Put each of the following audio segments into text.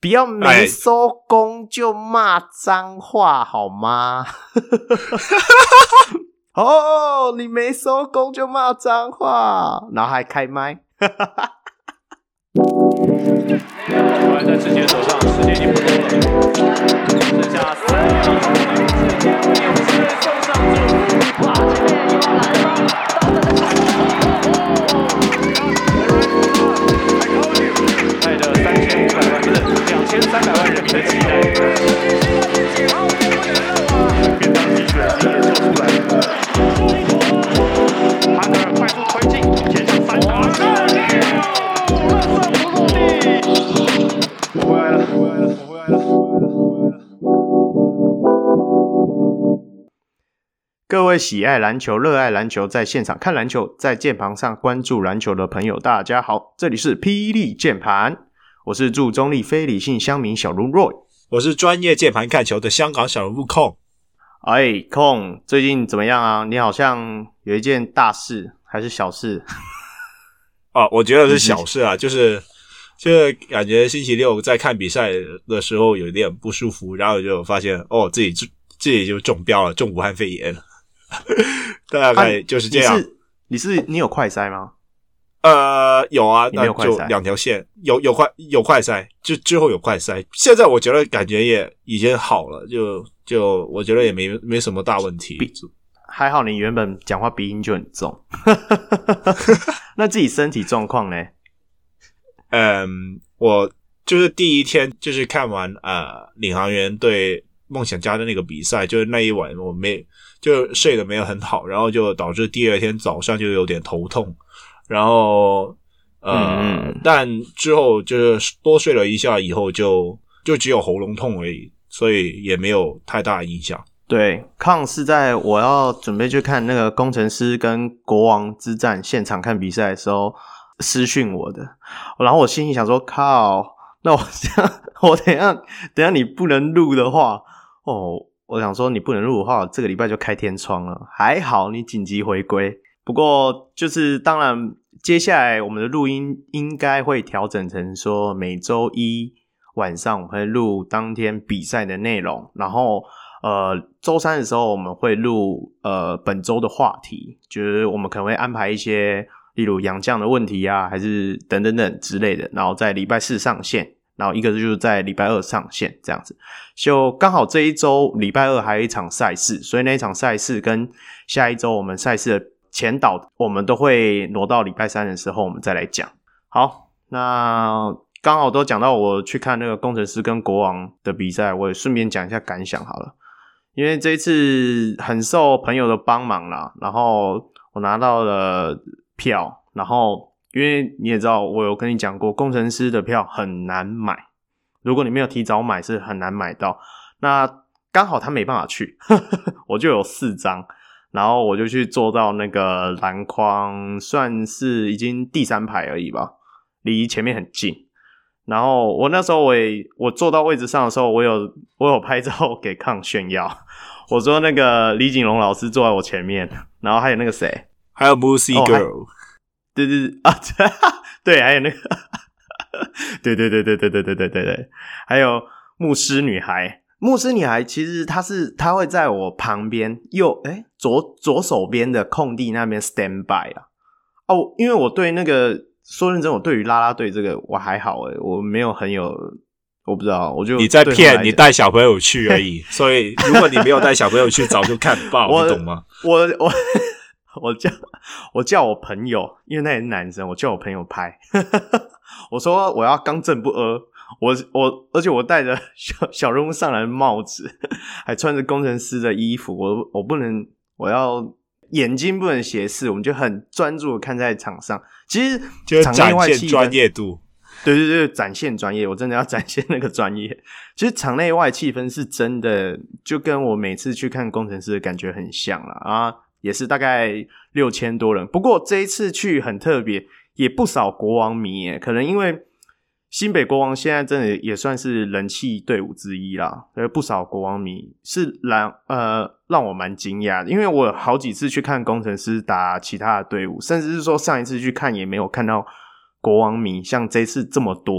不要没收工就骂脏话好吗？哦，你没收工就骂脏话，然后还开麦。 球还在志杰手上，时间已经不多了，剩下3秒钟，有机会送上祝福。哇，前面又要来了，带着3500万不是2300万人民的期待，便当汽水今天就出来了。哈德尔快速推进，前向3打。我回来了。 各位喜爱篮球、热爱篮球，在现场看篮球，在键盘上关注篮球的朋友，大家好，这里是霹雳键盘，我是驻中立非理性乡民小卢 Roy， 我是专业键盘看球的香港小人物控。 控最近怎么样啊？你好像有一件大事还是小事？ 我觉得是小事啊，就是感觉星期六在看比赛的时候有点不舒服，然后就发现自己就中标了，中武汉肺炎了。大概就是这样。 你有快筛吗？ 有啊，那就2条线，有快筛，就之后有快筛。现在我觉得感觉也已经好了，就我觉得也没什么大问题。 还好你原本讲话鼻音就很重。那自己身体状况呢？ 我就是第一天就是看完领航员对梦想家的那个比赛，就是那一晚我就睡得没有很好，然后就导致第二天早上就有点头痛，然后但之后就是多睡了一下以后就只有喉咙痛而已，所以也没有太大的影响。 对，康是在我要准备去看那个工程师跟国王之战现场看比赛的时候私讯我的，然后我心里想说靠，那我等一下你不能录的话，我想说你不能录的话，这个礼拜就开天窗了。还好你紧急回归，不过就是当然接下来我们的录音应该会调整成说每周一晚上我们会录当天比赛的内容，然后周三的时候我们会录本周的话题，就是我们可能会安排一些例如洋将的问题啊，还是等等等之类的，然后在礼拜四上线，然后一个就是在礼拜二上线这样子。就刚好这一周礼拜二还有一场赛事，所以那一场赛事跟下一周我们赛事的前导我们都会挪到礼拜三的时候我们再来讲。好，那刚好都讲到我去看那个工程师跟国王的比赛，我也顺便讲一下感想好了。因为这一次很受朋友的帮忙啦，然后我拿到了票，然后因为你也知道我有跟你讲过工程师的票很难买，如果你没有提早买是很难买到，那刚好他没办法去我就有4张，然后我就去坐到那个篮筐，算是已经第3排而已吧，离前面很近。然后我那时候我坐到位置上的时候，我有拍照给康炫耀，我说那个李锦龙老师坐在我前面，然后还有那个谁， 还有 Moosey Girl， 对对，还有那个对，还有牧师女孩其实她会在我旁边左手边的空地那边 stand by 啦。因为我对那个说认真，我对于啦啦队这个我还好我没有很有，我不知道，我就你在骗你带小朋友去而已，所以如果你没有带小朋友去，早就看爆，你懂吗？ 我叫我朋友，因为那也是男生，我叫我朋友拍我说我要刚正不阿，而且我戴着小人物上来的帽子，还穿着工程师的衣服，我要眼睛不能斜视，我们就很专注的看在场上，其实就是展现专业度。 对，展现专业，我真的要展现那个专业。其实场内外气氛是真的就跟我每次去看工程师的感觉很像啦也是大概6000多人，不过这一次去很特别，也不少国王迷可能因为新北国王现在真的也算是人气队伍之一啦，不少国王迷是让我蛮惊讶的，因为我好几次去看工程师打其他的队伍，甚至是说上一次去看也没有看到国王迷像这次这么多，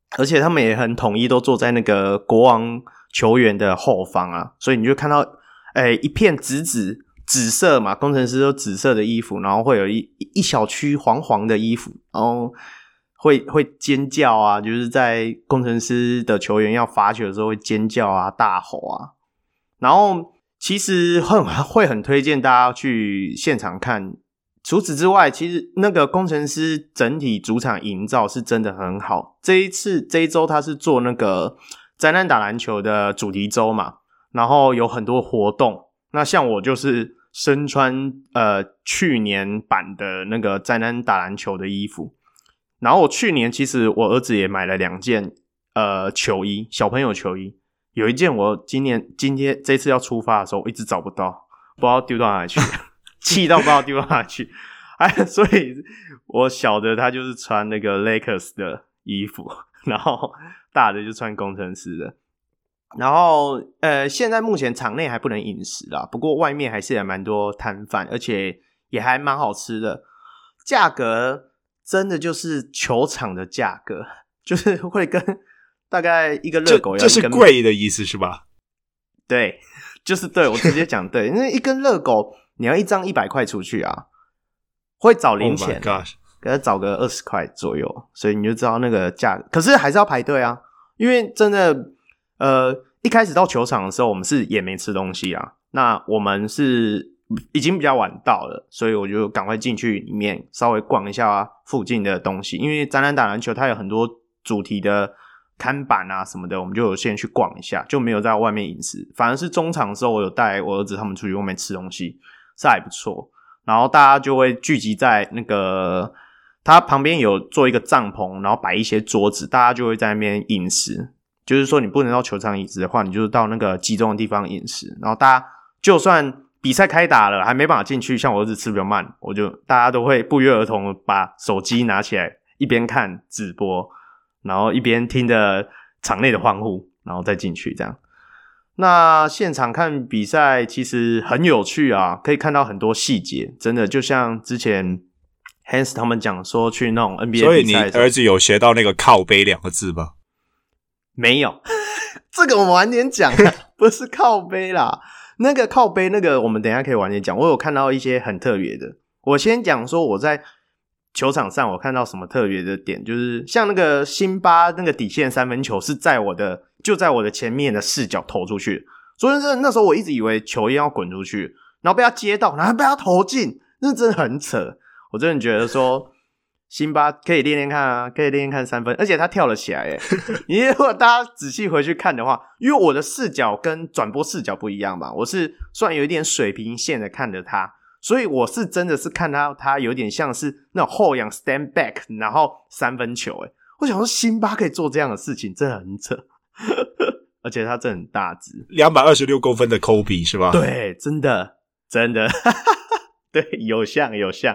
而且他们也很统一，都坐在那个国王球员的后方啊，所以你就看到一片紫色嘛，工程师都紫色的衣服，然后会有一小区黄黄的衣服，然后会尖叫啊，就是在工程师的球员要罚球的时候会尖叫啊，大吼啊。然后其实会很推荐大家去现场看。除此之外，其实那个工程师整体主场营造是真的很好。这一周他是做那个宅男打篮球的主题周嘛，然后有很多活动。那像我就是身穿去年版的那个宅男打篮球的衣服，然后我去年其实我儿子也买了2件球衣，小朋友球衣，有一件我今天这次要出发的时候我一直找不到，不知道丢到哪里去。气到不知道丢到哪去，所以我小的他就是穿那个 Lakers 的衣服，然后大的就穿工程师的。然后现在目前场内还不能饮食啦，不过外面还是有蛮多摊贩，而且也还蛮好吃的。价格真的就是球场的价格，就是会跟大概一个热狗要这是贵的意思是吧？ 对，就是对，我直接讲对，因为一根热狗你要一张100块出去啊，会找零钱， Oh my gosh， 可是找个20块左右，所以你就知道那个价格。可是还是要排队啊，因为真的一开始到球场的时候我们是也没吃东西啊，那我们是已经比较晚到了，所以我就赶快进去里面稍微逛一下附近的东西，因为宅男打篮球它有很多主题的看板啊什么的，我们就有先去逛一下，就没有在外面饮食。反而是中场的时候我有带我儿子他们出去外面吃东西，是还不错。然后大家就会聚集在那个他旁边有做一个帐篷，然后摆一些桌子，大家就会在那边饮食。就是说你不能到球场饮食的话，你就是到那个集中的地方饮食。然后大家就算比赛开打了还没办法进去，像我儿子吃比较慢，大家都会不约而同把手机拿起来，一边看直播，然后一边听着场内的欢呼，然后再进去这样。那现场看比赛其实很有趣啊，可以看到很多细节，真的就像之前 Hans 他们讲说去那种 NBA 比赛。 所以你儿子有学到那个靠背2个字吗？ 没有，这个我们晚点讲啊，不是靠背啦。那个靠背那个我们等一下可以晚点讲。我有看到一些很特别的，我先讲说我在球场上我看到什么特别的点，就是像那个辛巴那个底线3分球是就在我的前面的视角投出去，所以那时候我一直以为球要滚出去，然后被他接到，然后被他投进，那真的很扯。我真的觉得说辛巴可以练练看啊，可以练练看3分，而且他跳了起来耶。你如果大家仔细回去看的话，因为我的视角跟转播视角不一样嘛，我是算有一点水平线的看着他，所以我是真的是看他有点像是那种后仰 stand back 然后3分球耶。我想说辛巴可以做这样的事情真的很扯。而且他真的很大只 ，226公分的 Kobe 是吧？ 对，真的对，有像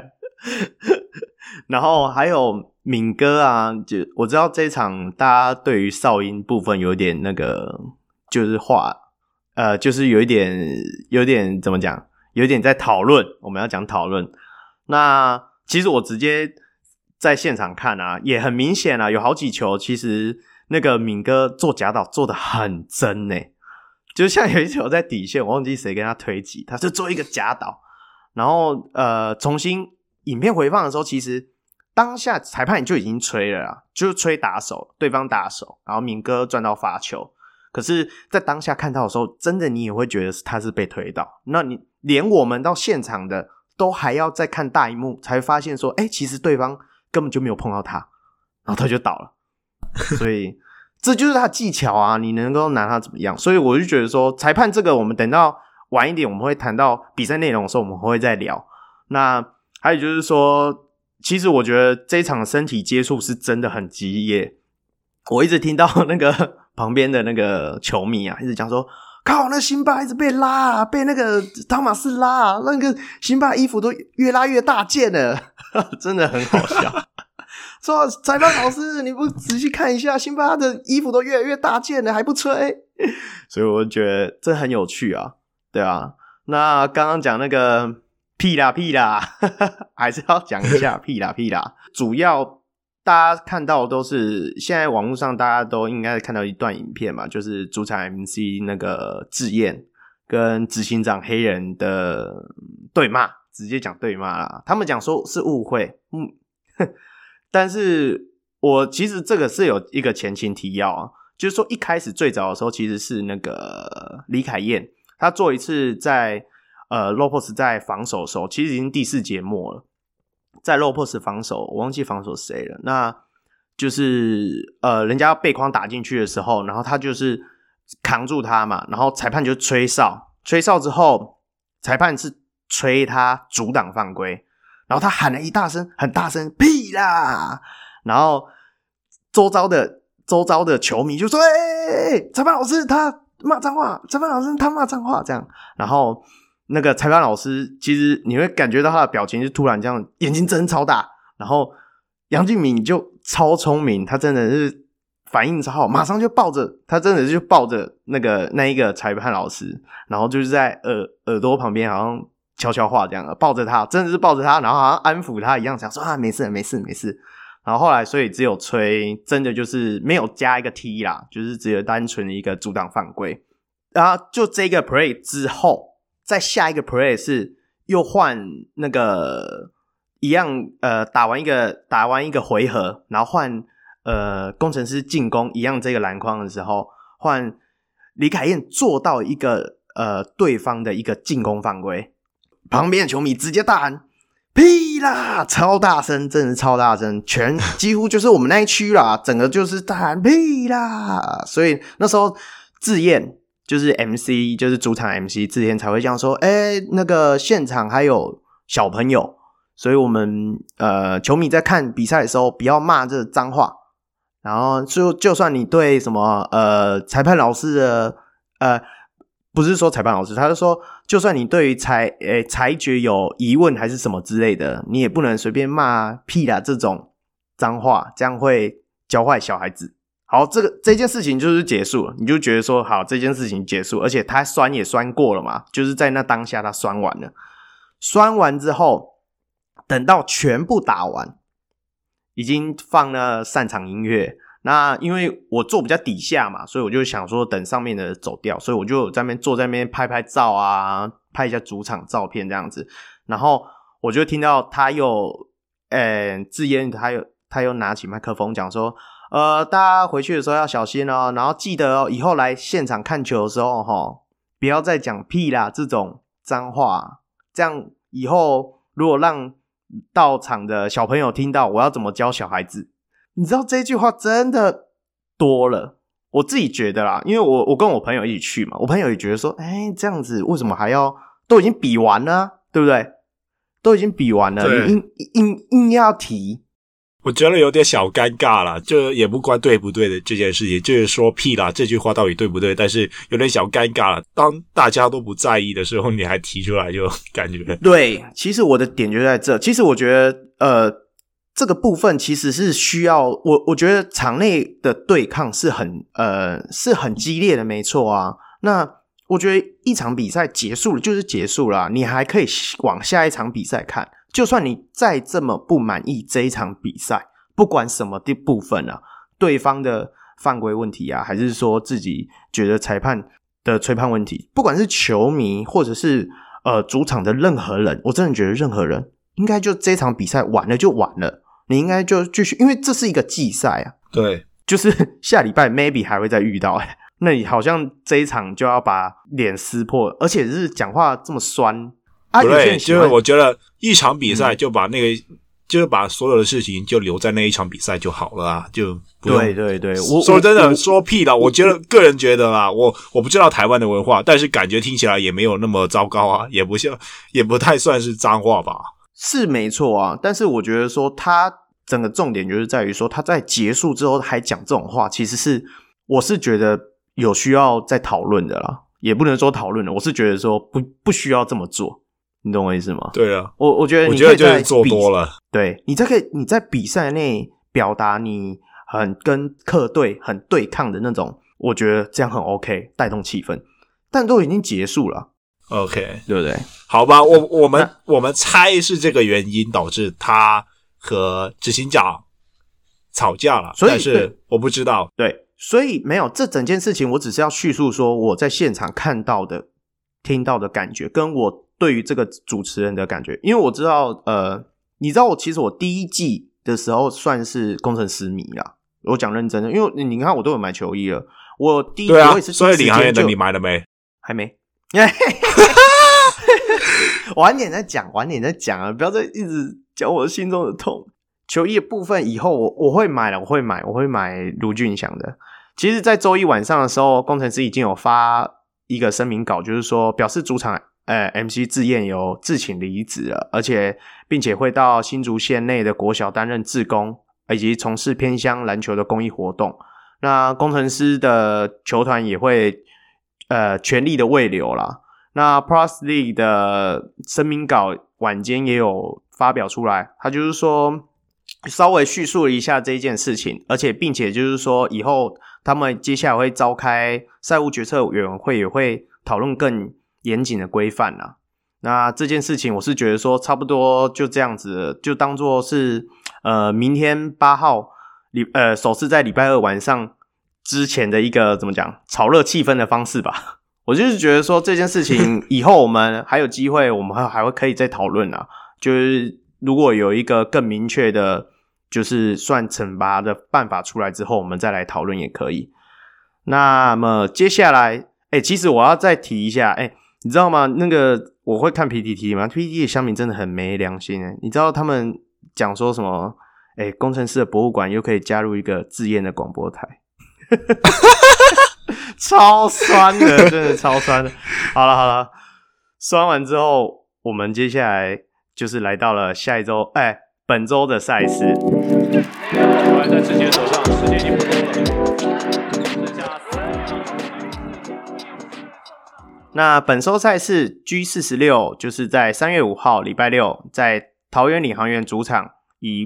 然后还有敏哥啊，就我知道这一场大家对于哨音部分有点那个就是就是有一点怎么讲，有点在讨论，我们要讲讨论。那其实我直接在现场看啊，也很明显啊，有好几球其实那个敏哥做假倒做得很真耶，就像有一球在底线，我忘记谁跟他推挤，他就做一个假倒，然后重新影片回放的时候，其实当下裁判就已经吹了啦，就是吹打手，对方打手，然后敏哥赚到罚球。可是在当下看到的时候，真的你也会觉得他是被推倒，那你连我们到现场的都还要再看大萤幕才发现说其实对方根本就没有碰到他，然后他就倒了。所以这就是他的技巧啊，你能够拿他怎么样？所以我就觉得说裁判这个我们等到晚一点我们会谈到比赛内容的时候我们会再聊。那还有就是说其实我觉得这一场身体接触是真的很激烈，我一直听到那个旁边的那个球迷啊一直讲说靠，那辛巴一直被拉啊，被那个汤马斯拉啊，那个辛巴衣服都越拉越大件了真的很好笑说裁判老师你不仔细看一下，辛巴的衣服都越来越大件了还不吹所以我觉得这很有趣啊，对啊。那刚刚讲那个屁啦还是要讲一下屁啦主要大家看到都是现在网络上大家都应该看到一段影片嘛，就是主场 MC 那个智彦跟执行长黑人的对骂，直接讲对骂啦。他们讲说是误会，但是我其实这个是有一个前情提要啊，就是说一开始最早的时候其实是那个李凯燕，他做一次在Lopez 在防守的时候，其实已经第4节末了。在 Lopez 防守，我忘记防守谁了。那就是人家背筐打进去的时候，然后他就是扛住他嘛，然后裁判就吹哨之后，裁判是吹他阻挡犯规，然后他喊了很大声屁啦，然后周遭的球迷就说：“裁判老师他骂脏话，裁判老师他骂脏话。”这样，然后那个裁判老师其实你会感觉到他的表情是突然这样，眼睛睁超大，然后杨敬敏就超聪明，他真的是反应超好，马上就抱着那一个裁判老师，然后就是在耳朵旁边好像悄悄话这样，抱着他，真的是抱着他，然后好像安抚他一样，想说啊没事。然后后来所以只有吹，真的就是没有加一个 T 啦，就是只有单纯的一个阻挡犯规。然后就这个 play 之后，再下一个 play 是又换那个一样打完一个回合，然后换工程师进攻一样这个篮筐的时候，换李凯燕做到一个对方的一个进攻犯规，旁边的球迷直接大喊屁啦，超大声，真的是超大声，几乎就是我们那一区啦，整个就是大喊屁啦。所以那时候智彦就是 MC， 就是主场 MC 智彦才会这样说，那个现场还有小朋友，所以我们球迷在看比赛的时候不要骂这脏话，然后就算你对什么裁判老师的不是说裁判老师，他就说就算你对于裁决有疑问还是什么之类的，你也不能随便骂屁啦这种脏话，这样会教坏小孩子。好，这件事情就是结束了，你就觉得说好，这件事情结束，而且他酸也酸过了嘛，就是在那当下他酸完了，酸完之后等到全部打完，已经放了散场音乐。那因为我坐比较底下嘛，所以我就想说等上面的走掉，所以我就在那边坐在那边拍照啊，拍一下主场照片这样子。然后我就听到他又智彦他又拿起麦克风讲说大家回去的时候要小心哦，然后记得哦，以后来现场看球的时候不要再讲屁啦这种脏话，这样以后如果让到场的小朋友听到，我要怎么教小孩子？你知道这句话真的多了，我自己觉得啦，因为我跟我朋友一起去嘛，我朋友也觉得说这样子为什么还要，都已经比完了对不对？都已经比完了，你硬要提， 我觉得有点小尴尬啦，就也不关对不对的这件事情，就是说屁啦这句话到底对不对，但是有点小尴尬啦，当大家都不在意的时候你还提出来，就感觉对。其实我的点就在这，其实我觉得这个部分其实是需要我觉得场内的对抗是很激烈的，没错啊。那我觉得一场比赛结束了就是结束了你还可以往下一场比赛看。就算你再这么不满意这一场比赛，不管什么的部分啊，对方的犯规问题啊，还是说自己觉得裁判的吹判问题，不管是球迷或者是主场的任何人，我真的觉得任何人应该就这场比赛完了就完了，你应该就继续，因为这是一个季赛啊。 对， 就是下礼拜 maybe 还会再遇到那你好像这一场就要把脸撕破，而且是讲话这么酸啊。 对，就是我觉得一场比赛就把就是把所有的事情就留在那一场比赛就好了啊，就不用。 对， 说真的，说屁啦，我觉得个人觉得啦，我不知道台湾的文化，但是感觉听起来也没有那么糟糕啊，也不太算是脏话吧。 是没错啊，但是我觉得说他整个重点就是在于说他在结束之后还讲这种话，其实我是觉得有需要再讨论的啦，也不能说讨论了，我是觉得说不需要这么做，你懂我意思吗？ 对啊， 我觉得就是做多了。 对，你在比赛内表达你很跟客队很对抗的那种，我觉得这样很 OK， 带动气氛，但都已经结束了。 OK， 对不对？ 好吧，我们猜是这个原因导致他和执行长吵架了， 所以但是我不知道。 对，所以没有这整件事情，我只是要叙述说我在现场看到的、听到的感觉，跟我对于这个主持人的感觉。因为我知道，你知道其实我第一季的时候算是工程师迷啦。我讲认真的，因为你看我都有买球衣了。我第一季我也是， 所以领航员的你买了没？ 还没。晚点再讲啊！不要再一直讲我心中的痛。球衣的部分以后我会买了，我会买卢俊祥的。其实，在周一晚上的时候，工程师已经有发一个声明稿，就是说表示主场MC 志燕有自请离职了，而且并且会到新竹县内的国小担任志工，以及从事偏乡篮球的公益活动。那工程师的球团也会全力的慰留啦。那 Plus League 的声明稿晚间也有发表出来，他就是说稍微叙述了一下这一件事情，而且并且就是说以后他们接下来会召开赛务决策委员会，也会讨论更严谨的规范啦。那这件事情我是觉得说差不多就这样子，就当作是明天8号首次在礼拜二晚上之前的一个怎么讲炒热气氛的方式吧。我就是觉得说这件事情以后我们还有机会，我们还会可以再讨论啊。就是如果有一个更明确的，就是算惩罚的办法出来之后，我们再来讨论也可以。那么接下来，其实我要再提一下，你知道吗？那个我会看 PTT 吗 ？PTT 的乡民真的很没良心你知道他们讲说什么？工程师的博物馆又可以加入一个自验的广播台。超酸的，真的超酸的。好了，酸完之后，我们接下来就是来到了下一周，本周的赛事。 球还在志杰手上，时间已经不多了，剩下3秒。 那本周赛事 G46 就是在3月5号礼拜六，在桃园领航员主场以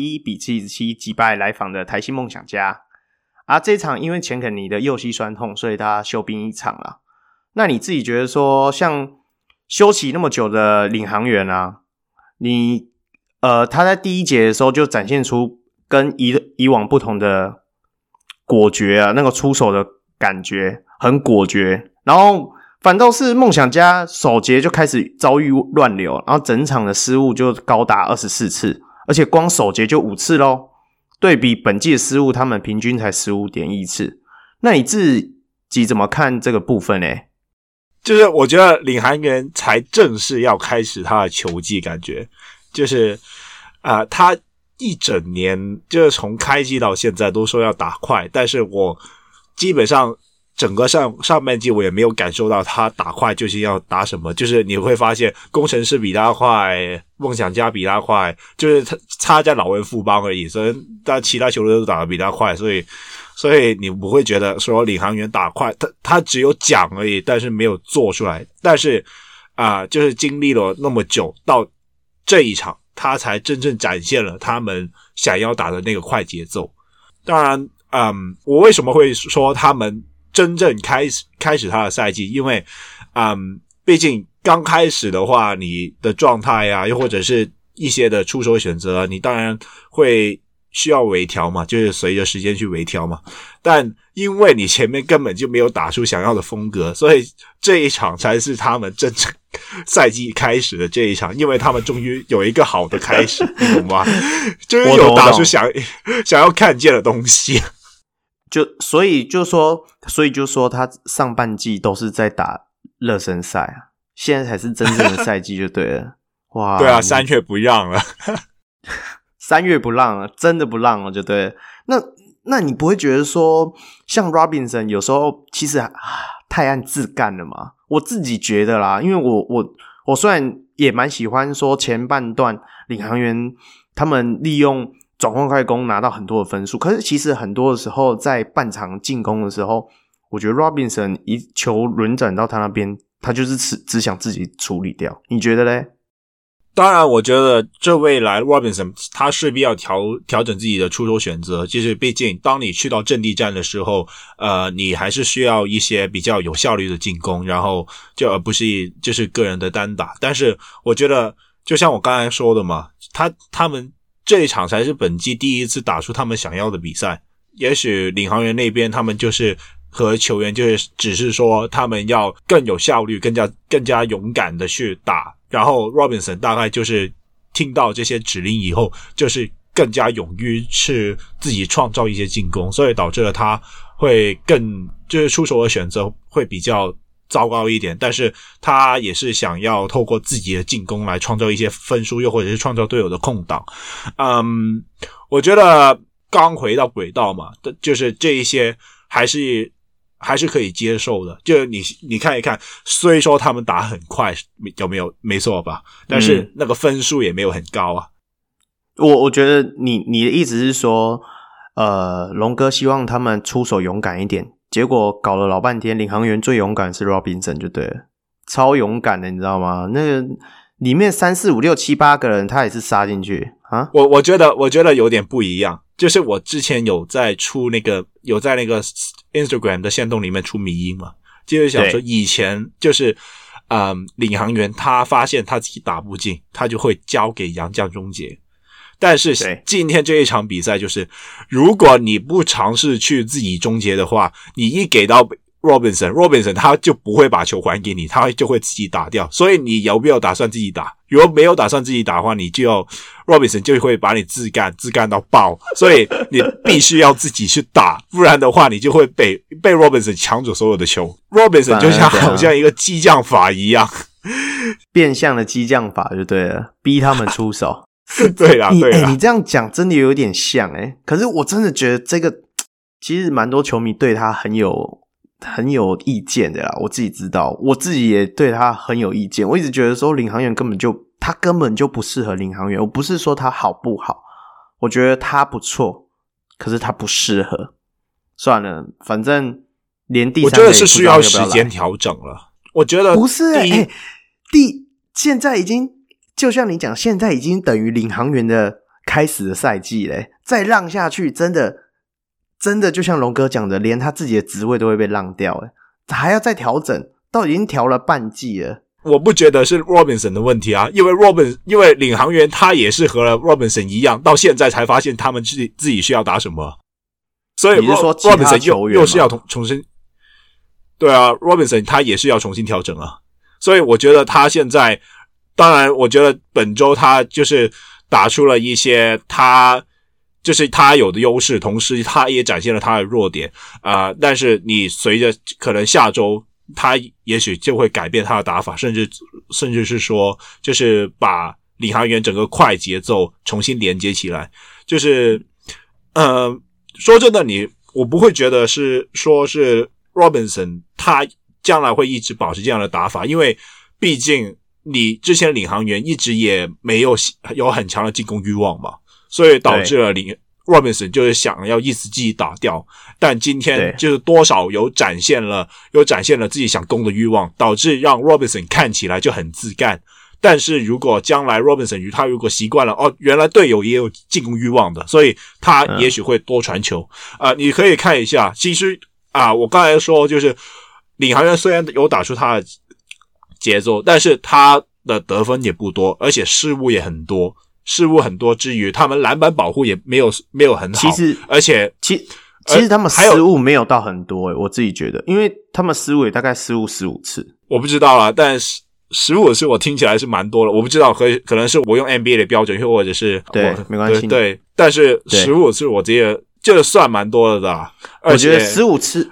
81-77击败来访的台新梦想家。这一场因为钱肯尼的右膝酸痛，所以他休兵一场啦。那你自己觉得说，像休息那么久的领航员啊，你他在第一节的时候就展现出跟以往不同的果决啊，那个出手的感觉很果决，然后反倒是梦想家首节就开始遭遇乱流，然后整场的失误就高达24次，而且光首节就5次咯。对比本季的失误，他们平均才 15.1 次。那你自己怎么看这个部分呢？ 就是我觉得领航员才正式要开始他的球季，感觉就是他一整年就是从开季到现在都说要打快，但是我基本上整个上半季我也没有感受到他打快就是要打什么，就是你会发现工程师比他快，梦想家比他快，就是他差在老人富邦而已，所以但其他球队都打得比他快，所以你不会觉得说领航员打快，他只有讲而已，但是没有做出来。但是就是经历了那么久，到这一场他才真正展现了他们想要打的那个快节奏。当然我为什么会说他们真正开始他的赛季，因为毕竟刚开始的话，你的状态啊，又或者是一些的出手选择，你当然会需要微调嘛，就是随着时间去微调嘛。但因为你前面根本就没有打出想要的风格，所以这一场才是他们真正赛季开始的这一场，因为他们终于有一个好的开始，你懂吗？终于有打出想要看见的东西。 所以就说他上半季都是在打热身赛啊，现在才是真正的赛季就对了。哇， 对啊，3月不让了 ，3月不让了，真的不让了就对了。那你不会觉得说，像 Robinson 有时候其实太按自干了吗？我自己觉得啦，因为我虽然也蛮喜欢说前半段领航员他们利用转换快攻拿到很多的分数，可是其实很多的时候在半场进攻的时候，我觉得 Robinson 一球轮转到他那边，他就是只想自己处理掉。你觉得咧？ 当然我觉得这未来 Robinson 他势必要调整自己的出手选择，就是毕竟当你去到阵地战的时候你还是需要一些比较有效率的进攻，然后就而不是就是个人的单打。但是我觉得就像我刚才说的嘛，他们这一场才是本季第一次打出他们想要的比赛。也许领航员那边他们就是和球员就是只是说他们要更有效率，更加勇敢的去打，然后 Robinson 大概就是听到这些指令以后，就是更加勇于去自己创造一些进攻，所以导致了他会更就是出手的选择会比较糟糕一点，但是他也是想要透过自己的进攻来创造一些分数，又或者是创造队友的空档。我觉得刚回到轨道嘛，就是这一些还是可以接受的。就是你看一看，虽说他们打很快，有没有没错吧？但是那个分数也没有很高啊。 我觉得你的意思是说，龙哥希望他们出手勇敢一点，结果搞了老半天，领航员最勇敢是 Robinson 就对了，超勇敢的，你知道吗？那个里面3、4、5、6、7、8个人，他也是杀进去啊。我觉得有点不一样，就是我之前有在那个 Instagram 的限动里面出迷因嘛，就是想说以前就是领航员他发现他自己打不进，他就会交给洋将终结。但是今天这一场比赛就是，如果你不尝试去自己终结的话，你一给到 Robinson 他就不会把球还给你，他就会自己打掉。所以你有没有打算自己打？如果没有打算自己打的话，你就要 Robinson 就会把你自干到爆。所以你必须要自己去打，不然的话你就会被 Robinson 抢走所有的球。Robinson 就像好像一个激将法一样， 变相的激将法就对了，逼他们出手。 对啦， 你这样讲真的有点像可是我真的觉得这个其实蛮多球迷对他很有意见的啦，我自己知道，我自己也对他很有意见。我一直觉得说领航员根本就不适合领航员，我不是说他好不好，我觉得他不错，可是他不适合。算了，反正连第三个我觉得是需要时间调整了。我觉得不是现在已经就像你讲，现在已经等于领航员的开始的赛季嘞，再让下去真的就像龙哥讲的，连他自己的职位都会被让掉还要再调整，都已经调了半季了。 我不觉得是 Robinson 的问题啊，因为领航员他也是和 Robinson 一样，到现在才发现他们自己需要打什么，所以你是说 Robinson 又是要重新，对啊 ，Robinson 他也是要重新调整啊，所以我觉得他现在，当然我觉得本周他就是打出了一些他有的优势，同时他也展现了他的弱点但是你随着可能下周他也许就会改变他的打法，甚至是说就是把领航员整个快节奏重新连接起来。就是说真的，我不会觉得是 Robinson 他将来会一直保持这样的打法，因为毕竟你之前领航员一直也没有很强的进攻欲望嘛，所以导致了Robinson 就是想要一直自己打掉，但今天就是多少有展现了自己想攻的欲望，导致让 Robinson 看起来就很自干。但是如果将来 Robinson 他如果习惯了原来队友也有进攻欲望的，所以他也许会多传球你可以看一下，其实我刚才说就是领航员虽然有打出他的节奏，但是他的得分也不多，而且失误很多之余，他们篮板保护也没有很好。 其实他们失误没有到很多我自己觉得，因为他们失误也大概失误15次。 我不知道啦，但是15次我听起来是蛮多了，我不知道可能是我用 NBA 的标准，又或者是对没关系。 对，但是15次我觉得这算蛮多的啦。 我觉得15次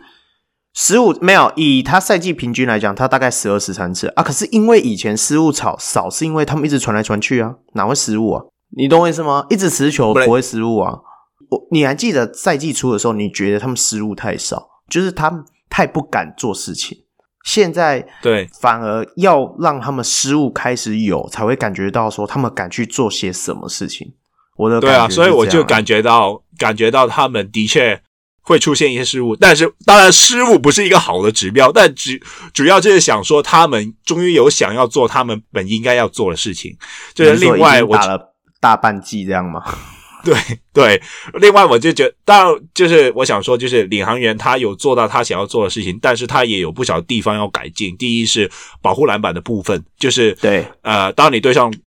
15没有，以他赛季平均来讲，他大概12、13次可是因为以前失误少，是因为他们一直传来传去哪会失误你懂我意思吗？一直持球不会失误你还记得赛季初的时候，你觉得他们失误太少，就是他们太不敢做事情。现在对， 反而要让他们失误开始有，才会感觉到说他们敢去做些什么事情。我的感觉是这样所以我就感觉到他们的确会出现一些失误，但是当然失误不是一个好的指标，但主要就是想说他们终于有想要做他们本应该要做的事情。就是另外我打了大半季这样吗？ 对，另外我就觉得，当然就是我想说，就是领航员他有做到他想要做的事情，但是他也有不少地方要改进。第一是保护篮板的部分，就是对当你对上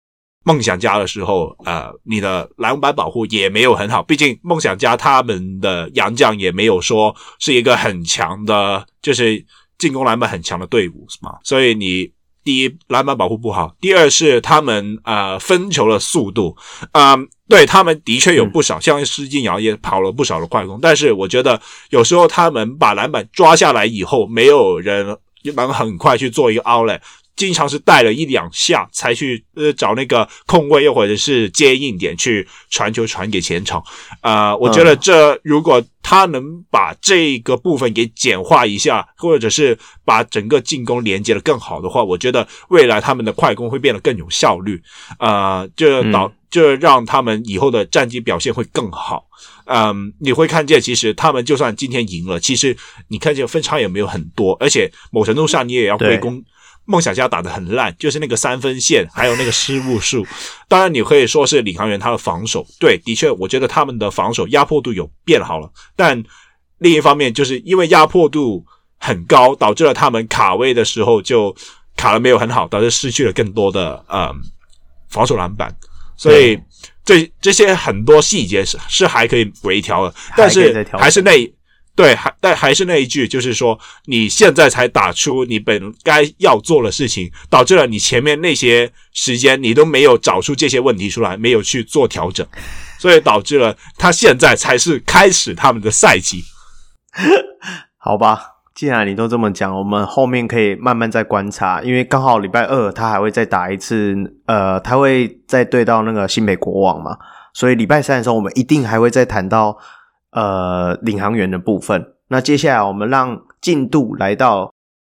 梦想家的时候，你的篮板保护也没有很好，毕竟梦想家他们的洋将也没有说是一个很强的，就是进攻篮板很强的队伍嘛，所以你第一篮板保护不好，第二是他们分球的速度，对他们的确有不少，像施晋尧也跑了不少的快攻，但是我觉得有时候他们把篮板抓下来以后，没有人能很快去做一个 outlet。经常是带了1-2下才去找那个空位，又或者是接应点去传球传给前场。我觉得如果他能把这个部分给简化一下，或者是把整个进攻连接的更好的话，我觉得未来他们的快攻会变得更有效率。就让他们以后的战绩表现会更好。你会看见其实他们就算今天赢了，其实你看见分差也没有很多，而且某程度上你也要归功梦想家打得很烂，就是那个3分线还有那个失误数。当然你可以说是领航员他的防守，对，的确我觉得他们的防守压迫度有变好了，但另一方面就是因为压迫度很高，导致了他们卡位的时候就卡得没有很好，导致失去了更多的防守篮板。所以这些很多细节是还可以微调的，但是还是那一句，就是说你现在才打出你本该要做的事情，导致了你前面那些时间你都没有找出这些问题出来，没有去做调整，所以导致了他现在才是开始他们的赛季。 好吧，既然你都这么讲，我们后面可以慢慢再观察，因为刚好礼拜2他还会再打一次，他会再对到那个新北国王嘛，所以礼拜3的时候我们一定还会再谈到领航员的部分。那接下来我们让进度来到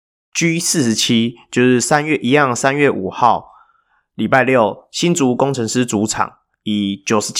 G47， 就是3月5号礼拜6，新竹工程师主场以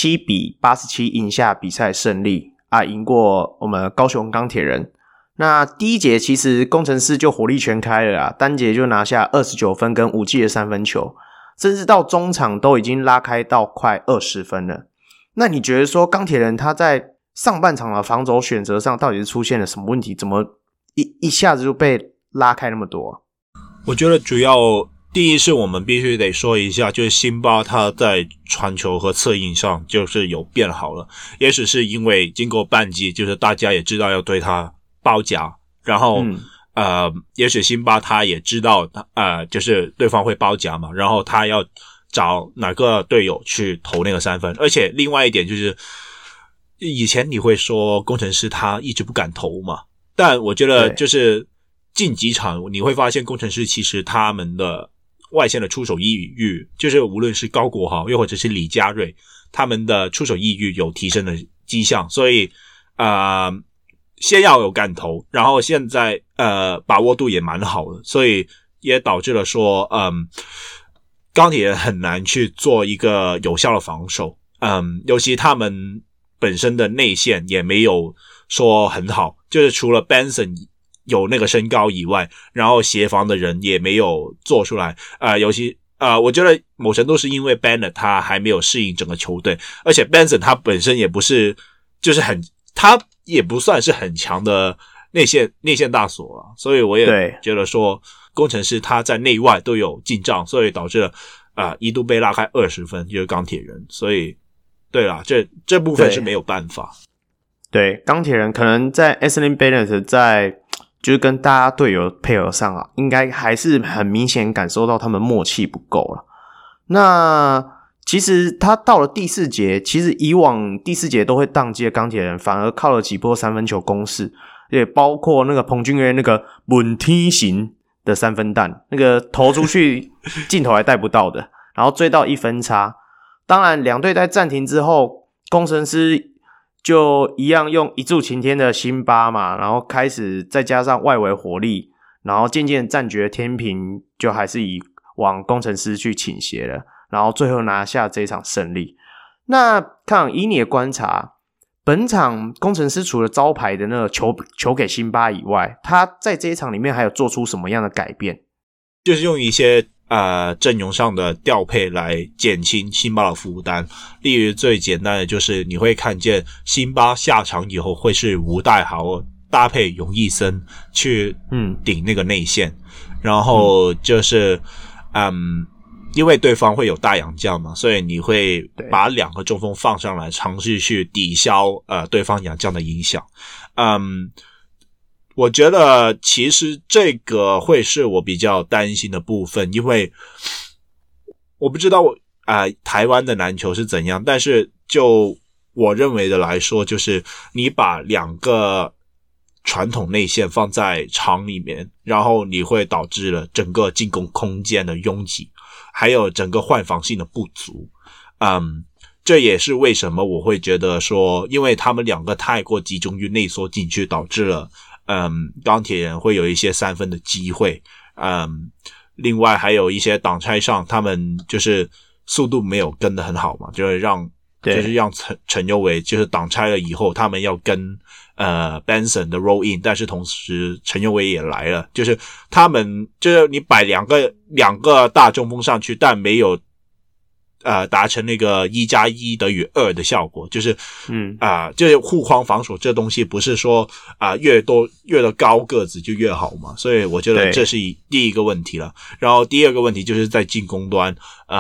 97-87赢下比赛胜利赢过我们高雄钢铁人。那第一节其实工程师就火力全开了单节就拿下29分跟5记的3分球，甚至到中场都已经拉开到快20分了。那你觉得说钢铁人他在上半场的防守选择上到底是出现了什么问题？怎么一下子就被拉开那么多？ 我觉得主要第一是我们必须得说一下，就是辛巴他在传球和策应上就是有变好了，也许是因为经过半季，就是大家也知道要对他包夹，然后也许辛巴他也知道就是对方会包夹嘛，然后他要找哪个队友去投那个3分。而且另外一点就是以前你会说工程师他一直不敢投嘛，但我觉得就是近几场你会发现工程师其实他们的外线的出手意欲，就是无论是高国豪又或者是李家瑞，他们的出手意欲有提升的迹象，所以先要有敢投，然后现在把握度也蛮好的，所以也导致了说钢铁人很难去做一个有效的防守，尤其他们本身的内线也没有说很好，就是除了 Benson 有那个身高以外，然后协防的人也没有做出来，尤其我觉得某程度是因为 Bennett 他还没有适应整个球队，而且 Benson 他本身也不是就是他也不算是很强的内线大锁啊，所以我也觉得说工程师他在内外都有进账，所以导致了一度被拉开20分，就是钢铁人。所以对啦，这部分是没有办法。 对，钢铁人可能在 Anthony Bennett 在就是跟大家队友配合上应该还是很明显感受到他们默契不够了。那其实他到了第4节，其实以往第4节都会宕机的钢铁人反而靠了几波3分球攻势，也包括那个彭俊岳那个稳天型的3分弹，那个投出去镜头还带不到的，然后追到1分差。当然两队在暂停之后，工程师就一样用一柱擎天的辛巴嘛，然后开始再加上外围火力，然后渐渐战局的天平就还是以往工程师去倾斜了，然后最后拿下这一场胜利。那看以你的观察，本场工程师除了招牌的那个球给辛巴以外，他在这一场里面还有做出什么样的改变？ 就是用一些阵容上的调配来减轻辛巴的负担。例如最简单的就是你会看见辛巴下场以后会是吴岱豪搭配永义森去顶那个内线，然后就是因为对方会有大洋将嘛，所以你会把2个中锋放上来，尝试去抵消对方洋将的影响。我觉得其实这个会是我比较担心的部分，因为我不知道台湾的篮球是怎样，但是就我认为的来说，就是你把2个传统内线放在场里面，然后你会导致了整个进攻空间的拥挤，还有整个换防性的不足。这也是为什么我会觉得说，因为他们2个太过集中于内缩进去，导致了钢铁人会有一些3分的机会。另外还有一些挡拆上，他们就是速度没有跟得很好嘛，就是让陈佑伟就是挡拆了以后，他们要跟Benson 的 roll in， 但是同时陈佑伟也来了，就是他们就是你摆两个大中锋上去，但没有达成那个1+1等于2的效果，就是就是护框防守这东西不是说越的高个子就越好嘛，所以我觉得这是第一个问题了。然后第二个问题就是在进攻端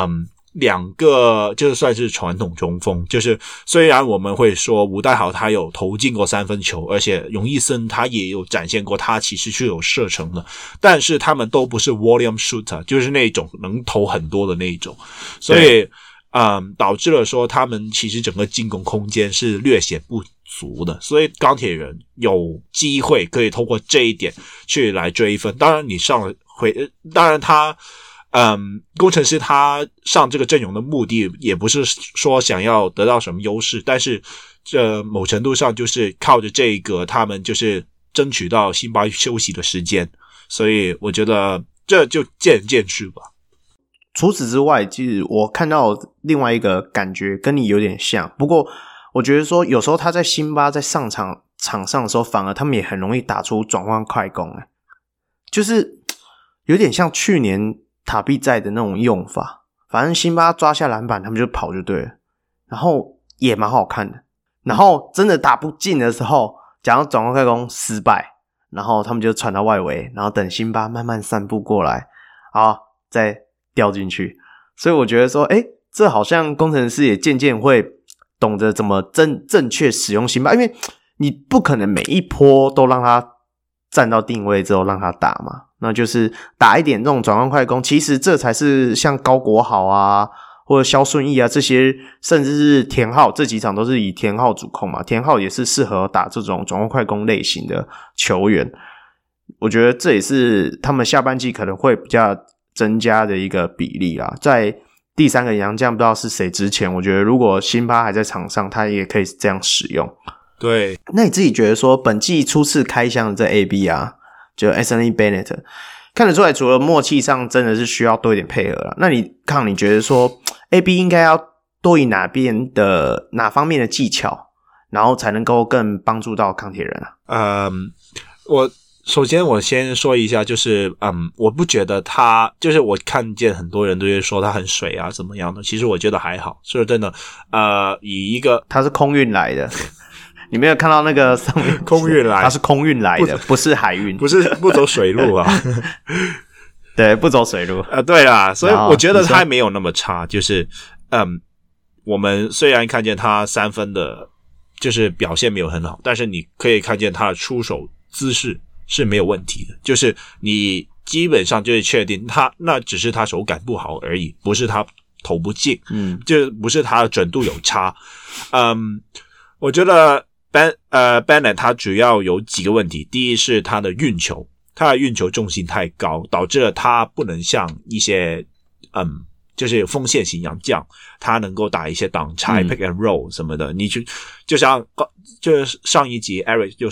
，2个就算是传统中锋，就是虽然我们会说吴岱豪他有投进过3分球，而且荣毅森他也有展现过他其实是有射程的，但是他们都不是 volume shooter， 就是那种能投很多的那一种，所以导致了说他们其实整个进攻空间是略显不足的，所以钢铁人有机会可以透过这一点去来追分。当然你当然他工程师他上这个阵容的目的也不是说想要得到什么优势，但是这某程度上就是靠着这个他们就是争取到辛巴休息的时间，所以我觉得这就见仁见智吧。 除此之外，其实我看到另外一个感觉跟你有点像，不过我觉得说有时候他在辛巴在场上的时候，反而他们也很容易打出转换快攻，就是有点像去年塔比在的那种用法，反正辛巴抓下篮板他们就跑就对了，然后也蛮好看的，然后真的打不进的时候，假如转换快攻失败，然后他们就传到外围，然后等辛巴慢慢散步过来，好再掉进去。所以我觉得说这好像工程师也渐渐会懂得怎么正确使用辛巴，因为你不可能每一波都让他站到定位之后让他打嘛，那就是打一点这种转换快攻，其实这才是像高国豪啊或者萧顺义啊这些，甚至是田浩，这几场都是以田浩主控嘛，田浩也是适合打这种转换快攻类型的球员。我觉得这也是他们下半季可能会比较增加的一个比例啦。在第3个洋将不知道是谁之前，我觉得如果辛巴还在场上，他也可以这样使用。 对， 那你自己觉得说本季初次开箱的这 AB 啊，就 Anthony Bennett 看得出来除了默契上真的是需要多一点配合啦，那你觉得说 AB 应该要多以哪方面的技巧，然后才能够更帮助到钢铁人啊？ 首先我先说一下，就是我不觉得他，就是我看见很多人都会说他很水啊怎么样的，其实我觉得还好，说真的，以一个他是空运来的你没有看到那个上面空运来， 他是空运来的，不是海运， 不走水路啊对，不走水路对啦，所以我觉得他没有那么差，就是我们虽然看见他3分的就是表现没有很好，但是你可以看见他的出手姿势是没有问题的，就是你基本上就是确定他那只是他手感不好而已，不是他投不进，就不是他的准度有差。我觉得Bennett 他主要有几个问题，第一是他的运球重心太高，导致了他不能像一些就是锋线型洋将，他能够打一些挡拆、pick and roll 什么的。你就像就是上一集